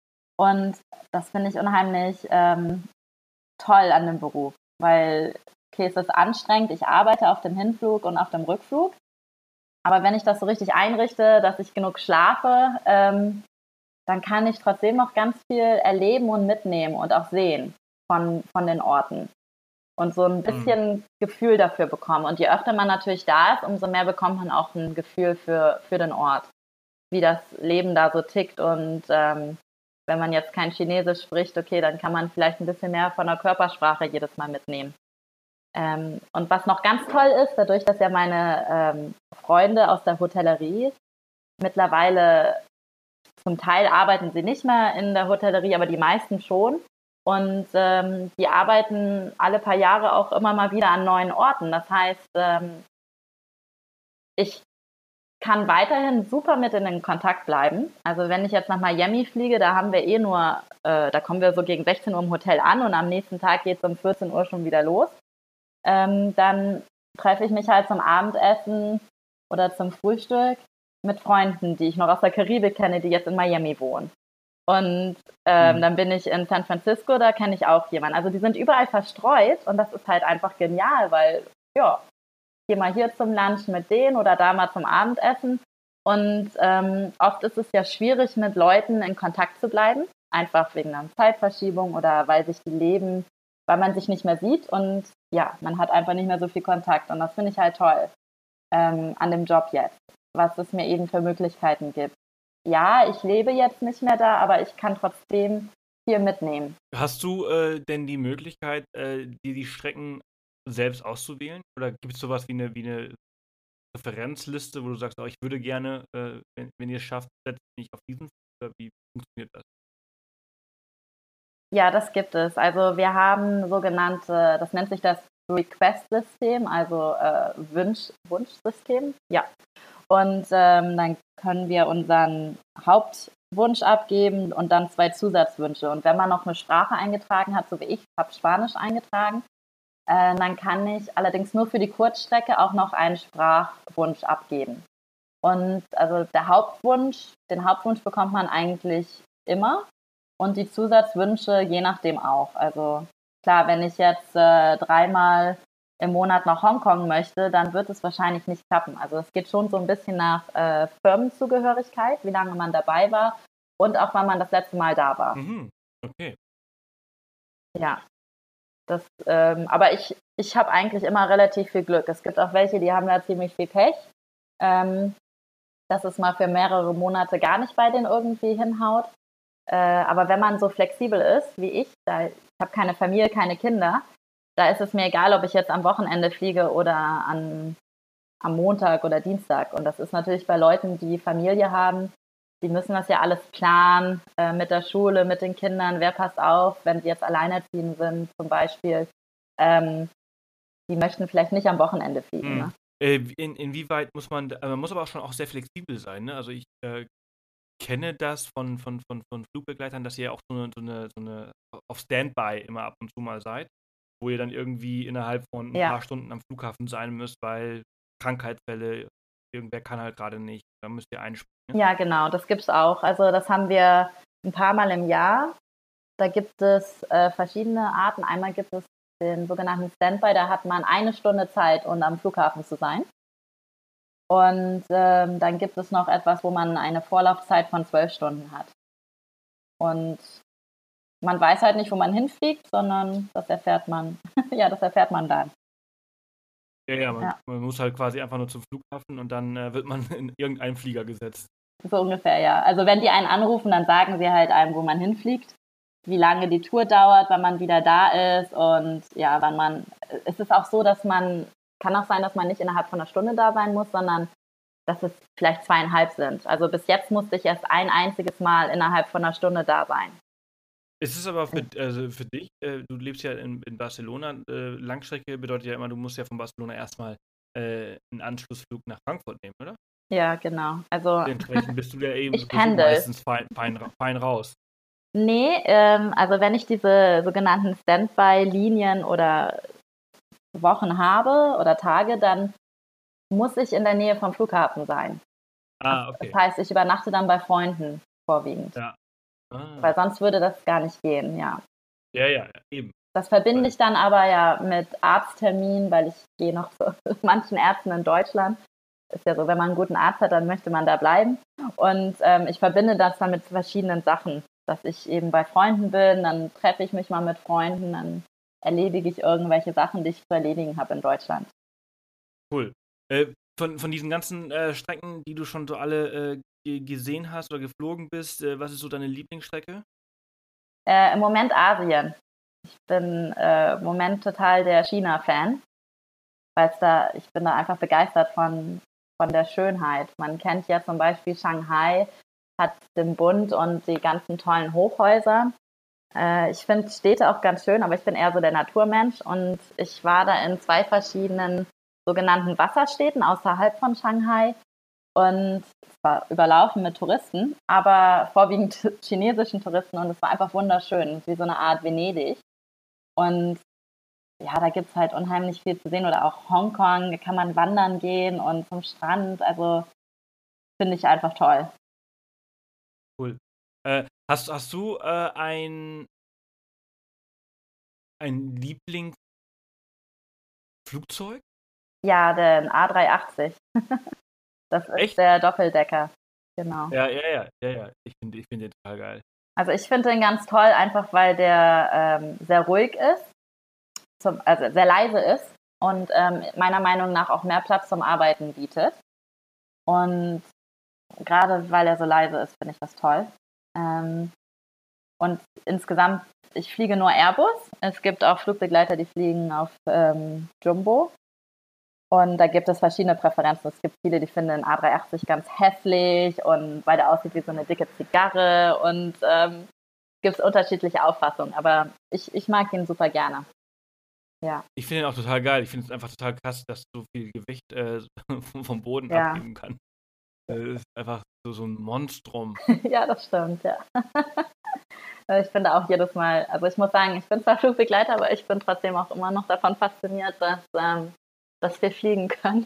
Und das finde ich unheimlich ähm, toll an dem Beruf, weil, okay, es ist anstrengend, ich arbeite auf dem Hinflug und auf dem Rückflug, aber wenn ich das so richtig einrichte, dass ich genug schlafe, ähm, dann kann ich trotzdem noch ganz viel erleben und mitnehmen und auch sehen von, von den Orten und so ein Mhm. bisschen Gefühl dafür bekommen. Und je öfter man natürlich da ist, umso mehr bekommt man auch ein Gefühl für, für den Ort, wie das Leben da so tickt. Und ähm, wenn man jetzt kein Chinesisch spricht, okay, dann kann man vielleicht ein bisschen mehr von der Körpersprache jedes Mal mitnehmen. Ähm, und was noch ganz toll ist, dadurch, dass ja meine ähm, Freunde aus der Hotellerie mittlerweile zum Teil arbeiten sie nicht mehr in der Hotellerie, aber die meisten schon. Und ähm, die arbeiten alle paar Jahre auch immer mal wieder an neuen Orten. Das heißt, ähm, ich kann weiterhin super mit in den Kontakt bleiben. Also wenn ich jetzt nach Miami fliege, da haben wir eh nur, äh, da kommen wir so gegen sechzehn Uhr im Hotel an und am nächsten Tag geht es um vierzehn Uhr schon wieder los. Ähm, dann treffe ich mich halt zum Abendessen oder zum Frühstück mit Freunden, die ich noch aus der Karibik kenne, die jetzt in Miami wohnen. Und ähm, Mhm. dann bin ich in San Francisco, da kenne ich auch jemanden. Also die sind überall verstreut und das ist halt einfach genial, weil, ja, geh mal hier zum Lunch mit denen oder da mal zum Abendessen. Und ähm, oft ist es ja schwierig, mit Leuten in Kontakt zu bleiben, einfach wegen einer Zeitverschiebung oder weil sich die Leben, weil man sich nicht mehr sieht und ja, man hat einfach nicht mehr so viel Kontakt. Und das finde ich halt toll ähm, an dem Job jetzt, was es mir eben für Möglichkeiten gibt. Ja, ich lebe jetzt nicht mehr da, aber ich kann trotzdem viel mitnehmen. Hast du äh, denn die Möglichkeit, äh, dir die Strecken selbst auszuwählen? Oder gibt es sowas wie eine, wie eine Referenzliste, wo du sagst, oh, ich würde gerne, äh, wenn, wenn ihr es schafft, setzt mich auf diesen. oder wie funktioniert das? Ja, das gibt es. Also wir haben sogenannte, das nennt sich das Request-System, also äh, Wunsch, Wunschsystem. Ja. Und ähm, dann können wir unseren Hauptwunsch abgeben und dann zwei Zusatzwünsche. Und wenn man noch eine Sprache eingetragen hat, so wie ich, habe Spanisch eingetragen, äh, dann kann ich allerdings nur für die Kurzstrecke auch noch einen Sprachwunsch abgeben. Und also der Hauptwunsch, den Hauptwunsch bekommt man eigentlich immer und die Zusatzwünsche je nachdem auch. Also klar, wenn ich jetzt äh, dreimal im Monat nach Hongkong möchte, dann wird es wahrscheinlich nicht klappen. Also es geht schon so ein bisschen nach äh, Firmenzugehörigkeit, wie lange man dabei war und auch wann man das letzte Mal da war. Mhm. Okay. Ja, das, ähm, aber ich, ich habe eigentlich immer relativ viel Glück. Es gibt auch welche, die haben da ziemlich viel Pech. Ähm, dass es mal für mehrere Monate gar nicht bei denen irgendwie hinhaut. Äh, aber wenn man so flexibel ist wie ich, da ich habe keine Familie, keine Kinder, da ist es mir egal, ob ich jetzt am Wochenende fliege oder an, am Montag oder Dienstag. Und das ist natürlich bei Leuten, die Familie haben, die müssen das ja alles planen, äh, mit der Schule, mit den Kindern, wer passt auf, wenn sie jetzt alleinerziehend sind zum Beispiel. Ähm, die möchten vielleicht nicht am Wochenende fliegen. Hm. Ne? Äh, in, inwieweit muss man, äh, man muss aber auch schon auch sehr flexibel sein, ne? Also ich äh, kenne das von, von, von, von Flugbegleitern, dass ihr ja auch so eine, so eine, so eine auf Standby immer ab und zu mal seid, wo ihr dann irgendwie innerhalb von ein Ja. paar Stunden am Flughafen sein müsst, weil Krankheitsfälle, irgendwer kann halt gerade nicht, da müsst ihr einspringen. Ja, genau, das gibt's auch. Also das haben wir ein paar Mal im Jahr. Da gibt es äh, verschiedene Arten. Einmal gibt es den sogenannten Standby, da hat man eine Stunde Zeit, um am Flughafen zu sein. Und ähm, dann gibt es noch etwas, wo man eine Vorlaufzeit von zwölf Stunden hat. Und man weiß halt nicht, wo man hinfliegt, sondern das erfährt man, ja, das erfährt man dann. Ja, ja, man, Ja. man muss halt quasi einfach nur zum Flughafen und dann äh, wird man in irgendeinen Flieger gesetzt. So ungefähr, ja. Also wenn die einen anrufen, dann sagen sie halt einem, wo man hinfliegt, wie lange die Tour dauert, wann man wieder da ist und ja, wann man, es ist auch so, dass man, kann auch sein, dass man nicht innerhalb von einer Stunde da sein muss, sondern dass es vielleicht zweieinhalb sind. Also bis jetzt musste ich erst ein einziges Mal innerhalb von einer Stunde da sein. Ist es aber für, also für dich, äh, du lebst ja in, in Barcelona, äh, Langstrecke bedeutet ja immer, du musst ja von Barcelona erstmal äh, einen Anschlussflug nach Frankfurt nehmen, oder? Ja, genau. Also Dementsprechend bist du ja eben ich sowieso pendel. meistens fein, fein, fein raus. Nee, ähm, also wenn ich diese sogenannten Standby-Linien oder Wochen habe oder Tage, dann muss ich in der Nähe vom Flughafen sein. Ah, Das okay. heißt, ich übernachte dann bei Freunden vorwiegend. Ja. Ah. Weil sonst würde das gar nicht gehen, ja. Ja, ja, ja, eben. Das verbinde ich dann aber ja mit Arztterminen, weil ich gehe noch zu manchen Ärzten in Deutschland. Ist ja so, wenn man einen guten Arzt hat, dann möchte man da bleiben. Und ähm, ich verbinde das dann mit verschiedenen Sachen, dass ich eben bei Freunden bin, dann treffe ich mich mal mit Freunden, dann erledige ich irgendwelche Sachen, die ich zu erledigen habe in Deutschland. Cool. Äh, von, von diesen ganzen äh, Strecken, die du schon so alle äh, ge- gesehen hast oder geflogen bist, äh, was ist so deine Lieblingsstrecke? Äh, Im Moment Asien. Ich bin äh, im Moment total der China-Fan, weil es da, ich bin da einfach begeistert von, von der Schönheit. Man kennt ja zum Beispiel Shanghai, hat den Bund und die ganzen tollen Hochhäuser. Äh, ich finde Städte auch ganz schön, aber ich bin eher so der Naturmensch und ich war da in zwei verschiedenen sogenannten Wasserstädten außerhalb von Shanghai und es war überlaufen mit Touristen, aber vorwiegend chinesischen Touristen und es war einfach wunderschön, wie so eine Art Venedig. Und ja, da gibt es halt unheimlich viel zu sehen oder auch Hongkong, da kann man wandern gehen und zum Strand, also finde ich einfach toll. Cool. Äh, hast, hast du äh, ein, ein Lieblingsflugzeug? Ja, den A drei achtzig. Das ist Echt? der Doppeldecker. Genau. Ja, ja, ja, ja, ja. Ich finde ich find den total geil. Also ich finde den ganz toll, einfach weil der ähm, sehr ruhig ist, zum, also sehr leise ist und ähm, meiner Meinung nach auch mehr Platz zum Arbeiten bietet. Und gerade weil er so leise ist, finde ich das toll. Ähm, und insgesamt, ich fliege nur Airbus. Es gibt auch Flugbegleiter, die fliegen auf ähm, Jumbo. Und da gibt es verschiedene Präferenzen. Es gibt viele, die finden den A drei achtzig ganz hässlich und weil der aussieht wie so eine dicke Zigarre und ähm, gibt es unterschiedliche Auffassungen. Aber ich, ich mag ihn super gerne. Ja. Ich finde ihn auch total geil. Ich finde es einfach total krass, dass so viel Gewicht äh, vom Boden ja. abheben kann. Das ist einfach so, so ein Monstrum. Ja, das stimmt, ja. Ich finde auch jedes Mal, also ich muss sagen, ich bin zwar Flugbegleiter, aber ich bin trotzdem auch immer noch davon fasziniert, dass, ähm, dass wir fliegen können.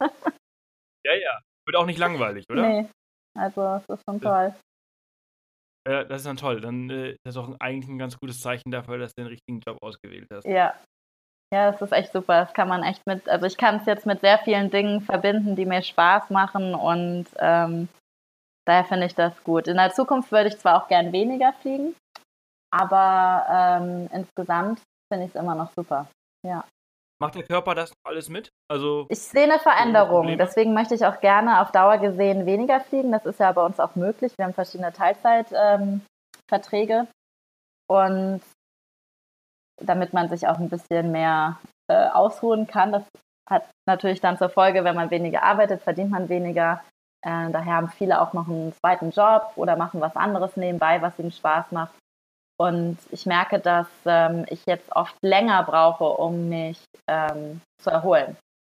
Ja, ja. Wird auch nicht langweilig, oder? Nee, also es ist schon toll. Ja, das ist dann toll. Dann äh, ist das auch eigentlich ein ganz gutes Zeichen dafür, dass du den richtigen Job ausgewählt hast. Ja. Ja, das ist echt super. Das kann man echt mit, also ich kann es jetzt mit sehr vielen Dingen verbinden, die mir Spaß machen und ähm, daher finde ich das gut. In der Zukunft würde ich zwar auch gern weniger fliegen, aber ähm, insgesamt finde ich es immer noch super. Ja. Macht der Körper das alles mit? Also ich sehe eine Veränderung, deswegen möchte ich auch gerne auf Dauer gesehen weniger fliegen. Das ist ja bei uns auch möglich. Wir haben verschiedene Teilzeitverträge ähm, und damit man sich auch ein bisschen mehr äh, ausruhen kann. Das hat natürlich dann zur Folge, wenn man weniger arbeitet, verdient man weniger. Äh, daher haben viele auch noch einen zweiten Job oder machen was anderes nebenbei, was ihnen Spaß macht. Und ich merke, dass ähm, ich jetzt oft länger brauche, um mich ähm, zu erholen.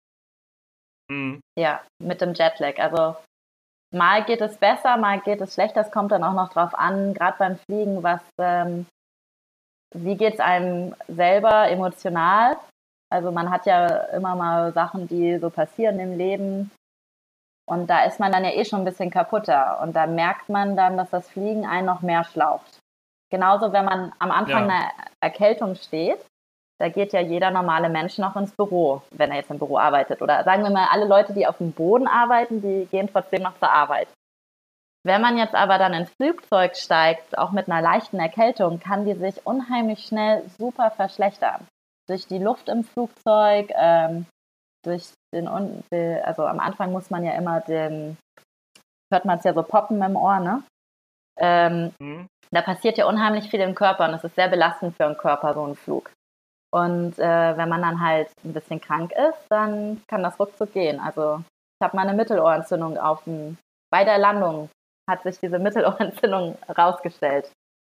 Mhm. Ja, mit dem Jetlag. Also mal geht es besser, mal geht es schlechter. Es kommt dann auch noch drauf an, gerade beim Fliegen, was ähm, wie geht es einem selber emotional? Also man hat ja immer mal Sachen, die so passieren im Leben und da ist man dann ja eh schon ein bisschen kaputter und da merkt man dann, dass das Fliegen einen noch mehr schlaucht. Genauso, wenn man am Anfang ja. einer Erkältung steht, da geht ja jeder normale Mensch noch ins Büro, wenn er jetzt im Büro arbeitet. Oder sagen wir mal, alle Leute, die auf dem Boden arbeiten, die gehen trotzdem noch zur Arbeit. Wenn man jetzt aber dann ins Flugzeug steigt, auch mit einer leichten Erkältung, kann die sich unheimlich schnell super verschlechtern. Durch die Luft im Flugzeug, ähm, durch den, also am Anfang muss man ja immer den, hört man es ja so poppen im Ohr, ne? Ähm, mhm. Da passiert ja unheimlich viel im Körper und es ist sehr belastend für den Körper, so ein Flug. Und äh, wenn man dann halt ein bisschen krank ist, dann kann das ruckzuck gehen. Also ich habe mal eine Mittelohrentzündung auf dem, bei der Landung hat sich diese Mittelohrentzündung rausgestellt.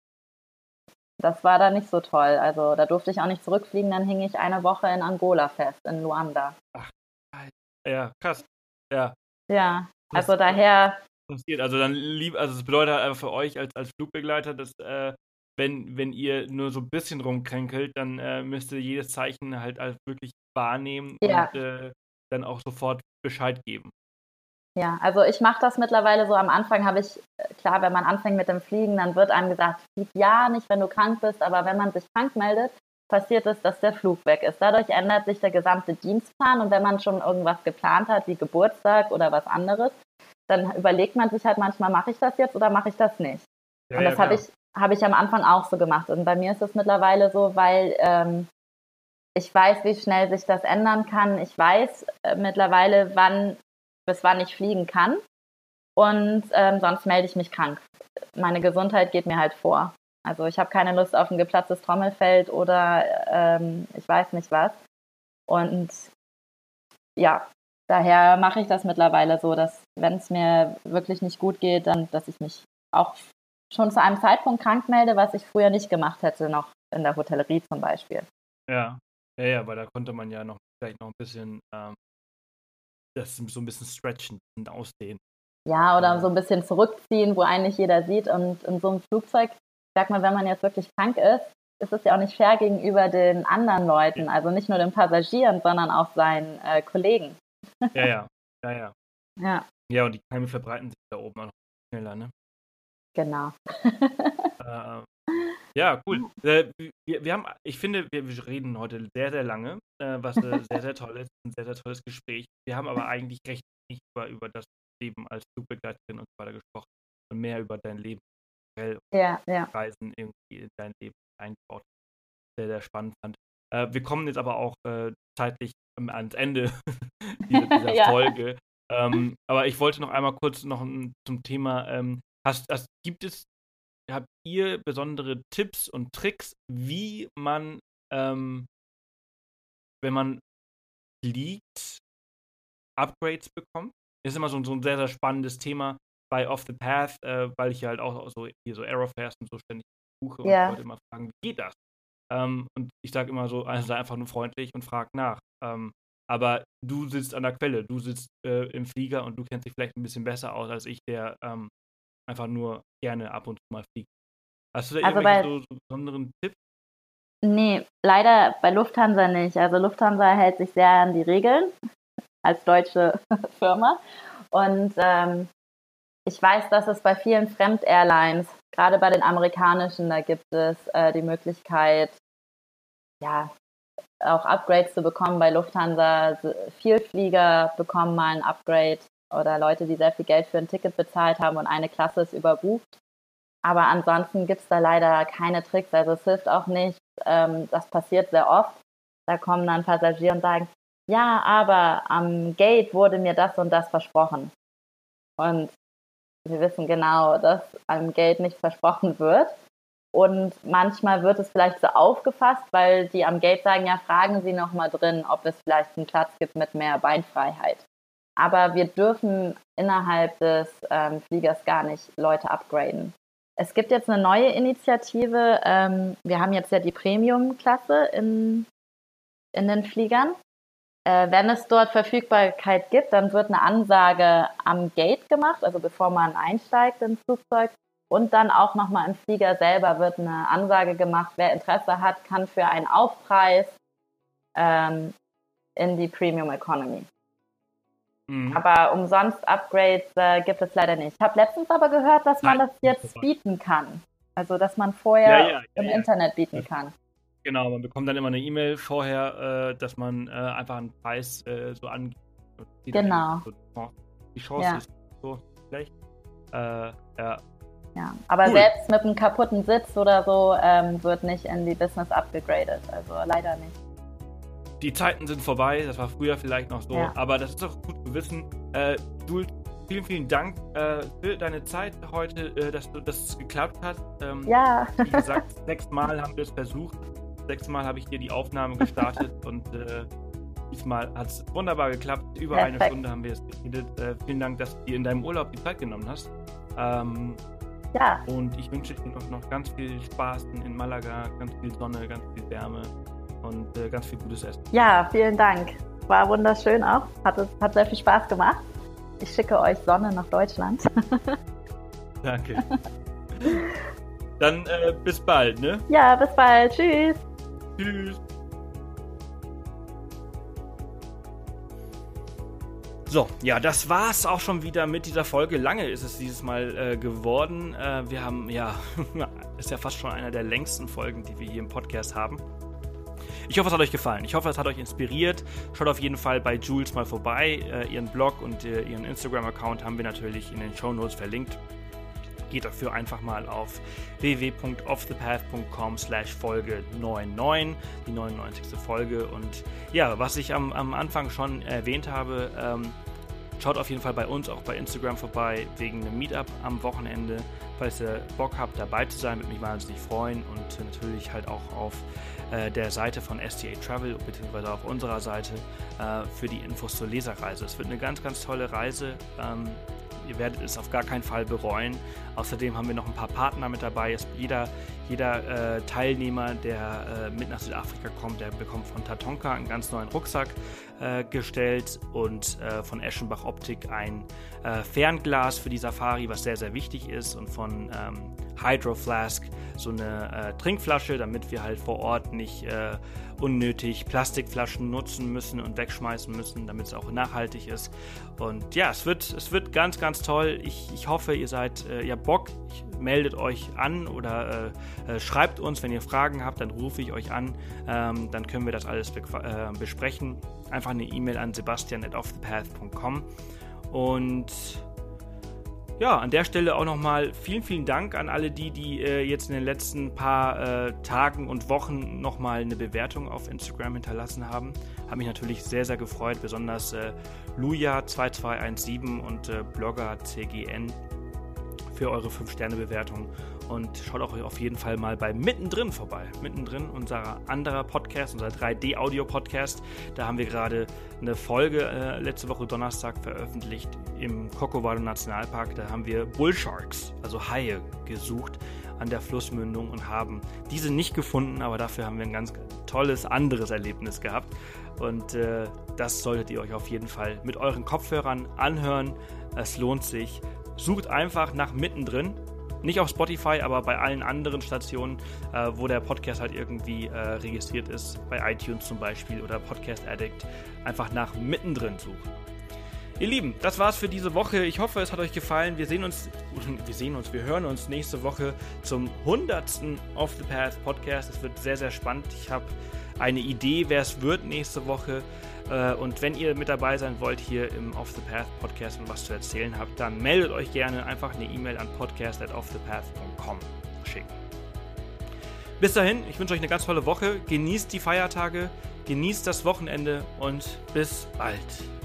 Das war dann nicht so toll. Also da durfte ich auch nicht zurückfliegen, dann hing ich eine Woche in Angola fest, in Luanda. Ach, ja, krass. Ja. Ja, also das daher... Passiert. Also dann lieb, also es bedeutet halt einfach für euch als, als Flugbegleiter, dass äh, wenn, wenn ihr nur so ein bisschen rumkränkelt, dann äh, müsst ihr jedes Zeichen halt, halt wirklich wahrnehmen ja. und äh, dann auch sofort Bescheid geben. Ja, also ich mache das mittlerweile so. Am Anfang habe ich, klar, wenn man anfängt mit dem Fliegen, dann wird einem gesagt, flieg ja nicht, wenn du krank bist, aber wenn man sich krank meldet, passiert es, dass der Flug weg ist. Dadurch ändert sich der gesamte Dienstplan und wenn man schon irgendwas geplant hat, wie Geburtstag oder was anderes, dann überlegt man sich halt manchmal, mache ich das jetzt oder mache ich das nicht? Ja, und das ja, habe ich, hab ich am Anfang auch so gemacht. Und bei mir ist es mittlerweile so, weil ähm, ich weiß, wie schnell sich das ändern kann. Ich weiß äh, mittlerweile, wann bis wann ich fliegen kann und ähm, sonst melde ich mich krank. Meine Gesundheit geht mir halt vor. Also ich habe keine Lust auf ein geplatztes Trommelfell oder ähm, ich weiß nicht was. Und ja, daher mache ich das mittlerweile so, dass wenn es mir wirklich nicht gut geht, dann, dass ich mich auch schon zu einem Zeitpunkt krank melde, was ich früher nicht gemacht hätte, noch in der Hotellerie zum Beispiel. Ja, ja, ja, weil da konnte man ja noch vielleicht noch ein bisschen ähm das so ein bisschen stretchen und ausdehnen. Ja, oder so ein bisschen zurückziehen, wo eigentlich jeder sieht. Und in so einem Flugzeug, sag mal, wenn man jetzt wirklich krank ist, ist es ja auch nicht fair gegenüber den anderen Leuten, also nicht nur den Passagieren, sondern auch seinen äh, Kollegen. Ja, ja, ja, ja. Ja. Ja, und die Keime verbreiten sich da oben auch noch schneller, ne? Genau. äh, ja, cool. Äh, wir, wir haben, ich finde, wir, wir reden heute sehr, sehr lange, äh, was äh, sehr, sehr toll ist, ein sehr, sehr tolles Gespräch. Wir haben aber eigentlich recht nicht über, über das Leben als Flugbegleiterin und so weiter gesprochen und mehr über dein Leben, ja, ja. Reisen irgendwie in dein Leben eingebaut. Sehr, sehr spannend fand. Äh, wir kommen jetzt aber auch äh, zeitlich ähm, ans Ende dieser, dieser ja. Folge. Ähm, aber ich wollte noch einmal kurz noch um, zum Thema, ähm, hast, hast, gibt es habt ihr besondere Tipps und Tricks, wie man, ähm, wenn man fliegt, Upgrades bekommt. Das ist immer so, so ein sehr, sehr spannendes Thema bei Off the Path, äh, weil ich ja halt auch so hier so Aerofares und so ständig buche und Ja. Leute immer fragen, wie geht das? Ähm, und ich sage immer so, also sei einfach nur freundlich und frag nach. Ähm, aber du sitzt an der Quelle, du sitzt äh, im Flieger und du kennst dich vielleicht ein bisschen besser aus als ich, der ähm, einfach nur gerne ab und zu mal fliegt. Hast du da Also irgendwelche bei, so, so besonderen Tipps? nee, leider bei Lufthansa nicht. Also Lufthansa hält sich sehr an die Regeln als deutsche Firma. Und ähm, ich weiß, dass es bei vielen Fremd-Airlines, gerade bei den amerikanischen, da gibt es äh, die Möglichkeit, ja, auch Upgrades zu bekommen bei Lufthansa. Vielflieger bekommen mal ein Upgrade oder Leute, die sehr viel Geld für ein Ticket bezahlt haben und eine Klasse ist überbucht. Aber ansonsten gibt es da leider keine Tricks. Also es hilft auch nicht. Ähm, das passiert sehr oft. Da kommen dann Passagiere und sagen, ja, aber am Gate wurde mir das und das versprochen. Und wir wissen genau, dass am Gate nichts versprochen wird. Und manchmal wird es vielleicht so aufgefasst, weil die am Gate sagen, ja, fragen Sie noch mal drin, ob es vielleicht einen Platz gibt mit mehr Beinfreiheit. Aber wir dürfen innerhalb des ähm, Fliegers gar nicht Leute upgraden. Es gibt jetzt eine neue Initiative. Ähm, wir haben jetzt ja die Premium-Klasse in, in den Fliegern. Äh, wenn es dort Verfügbarkeit gibt, dann wird eine Ansage am Gate gemacht, also bevor man einsteigt ins Flugzeug. Und dann auch nochmal im Flieger selber wird eine Ansage gemacht, wer Interesse hat, kann für einen Aufpreis ähm, in die Premium Economy. Mhm. Aber umsonst Upgrades äh, gibt es leider nicht. Ich habe letztens aber gehört, dass man Nein. das jetzt bieten kann. Also, dass man vorher ja, ja, ja, im ja. Internet bieten kann. Genau, man bekommt dann immer eine E-Mail vorher, äh, dass man äh, einfach einen Preis äh, so angibt. Genau. Die Chance ja. ist so schlecht. Äh, ja. Ja, aber cool. Selbst mit einem kaputten Sitz oder so ähm, wird nicht in die Business abgegradet. Also leider nicht. Die Zeiten sind vorbei, das war früher vielleicht noch so, ja. aber das ist doch gut zu wissen. Äh, Jules, vielen, vielen Dank äh, für deine Zeit heute, äh, dass, dass es geklappt hat. Ähm, ja. Wie gesagt, sechsmal haben wir es versucht. Sechsmal habe ich dir die Aufnahme gestartet und äh, diesmal hat es wunderbar geklappt. Über Perfekt. Eine Stunde haben wir es geredet. Äh, vielen Dank, dass du dir in deinem Urlaub die Zeit genommen hast. Ähm, ja. Und ich wünsche dir noch, noch ganz viel Spaß in Malaga, ganz viel Sonne, ganz viel Wärme und äh, ganz viel gutes Essen. Ja, vielen Dank. War wunderschön auch. Hat, es, hat sehr viel Spaß gemacht. Ich schicke euch Sonne nach Deutschland. Danke. Dann äh, bis bald, ne? Ja, bis bald. Tschüss. Tschüss. So, ja, das war's auch schon wieder mit dieser Folge. Lange ist es dieses Mal äh, geworden. Äh, wir haben, ja, ist ja fast schon einer der längsten Folgen, die wir hier im Podcast haben. Ich hoffe, es hat euch gefallen. Ich hoffe, es hat euch inspiriert. Schaut auf jeden Fall bei Jules mal vorbei. Äh, ihren Blog und äh, ihren Instagram-Account haben wir natürlich in den Shownotes verlinkt. Geht dafür einfach mal auf w w w punkt off the path punkt com slash Folge neunundneunzig, die neunundneunzigste Folge. Und ja, was ich am, am Anfang schon erwähnt habe, ähm, schaut auf jeden Fall bei uns auch bei Instagram vorbei, wegen einem Meetup am Wochenende. Falls ihr Bock habt, dabei zu sein, würde mich wahnsinnig freuen. Und natürlich halt auch auf äh, der Seite von S T A Travel, beziehungsweise auf unserer Seite äh, für die Infos zur Leserreise. Es wird eine ganz, ganz tolle Reise. Ähm, Ihr werdet es auf gar keinen Fall bereuen. Außerdem haben wir noch ein paar Partner mit dabei. Es, jeder jeder äh, Teilnehmer, der äh, mit nach Südafrika kommt, der bekommt von Tatonka einen ganz neuen Rucksack äh, gestellt und äh, von Eschenbach Optik ein äh, Fernglas für die Safari, was sehr, sehr wichtig ist, und von ähm, Hydro Flask so eine äh, Trinkflasche, damit wir halt vor Ort nicht äh, unnötig Plastikflaschen nutzen müssen und wegschmeißen müssen, damit es auch nachhaltig ist. Und ja, es wird, es wird ganz, ganz toll. Ich, ich hoffe, ihr seid, äh, ihr habt Bock. Ich, meldet euch an oder äh, äh, schreibt uns, wenn ihr Fragen habt, dann rufe ich euch an. Ähm, dann können wir das alles be- äh, besprechen. Einfach eine E-Mail an sebastian at off the path punkt com. Und ja, an der Stelle auch nochmal vielen, vielen Dank an alle die, die äh, jetzt in den letzten paar äh, Tagen und Wochen nochmal eine Bewertung auf Instagram hinterlassen haben. Hat mich natürlich sehr, sehr gefreut, besonders äh, Luja zwei zwei eins sieben und äh, Blogger C G N. für eure fünf Sterne Bewertung und schaut auch auf jeden Fall mal bei Mittendrin vorbei. Mittendrin, unser anderer Podcast, unser drei D Audio Podcast. Da haben wir gerade eine Folge äh, letzte Woche Donnerstag veröffentlicht im Corcovado Nationalpark. Da haben wir Bullsharks, also Haie, gesucht an der Flussmündung und haben diese nicht gefunden, aber dafür haben wir ein ganz tolles anderes Erlebnis gehabt. Und äh, das solltet ihr euch auf jeden Fall mit euren Kopfhörern anhören. Es lohnt sich. Sucht einfach nach Mittendrin. Nicht auf Spotify, aber bei allen anderen Stationen, äh, wo der Podcast halt irgendwie äh, registriert ist. Bei iTunes zum Beispiel oder Podcast Addict. Einfach nach Mittendrin suchen. Ihr Lieben, das war's für diese Woche. Ich hoffe, es hat euch gefallen. Wir sehen uns, wir sehen uns, wir hören uns nächste Woche zum hundertsten Off the Path Podcast. Es wird sehr, sehr spannend. Ich habe eine Idee, wer es wird nächste Woche. Und wenn ihr mit dabei sein wollt hier im Off the Path Podcast und was zu erzählen habt, dann meldet euch gerne einfach eine E-Mail an podcast at off the path punkt com schicken. Bis dahin, ich wünsche euch eine ganz tolle Woche. Genießt die Feiertage, genießt das Wochenende und bis bald.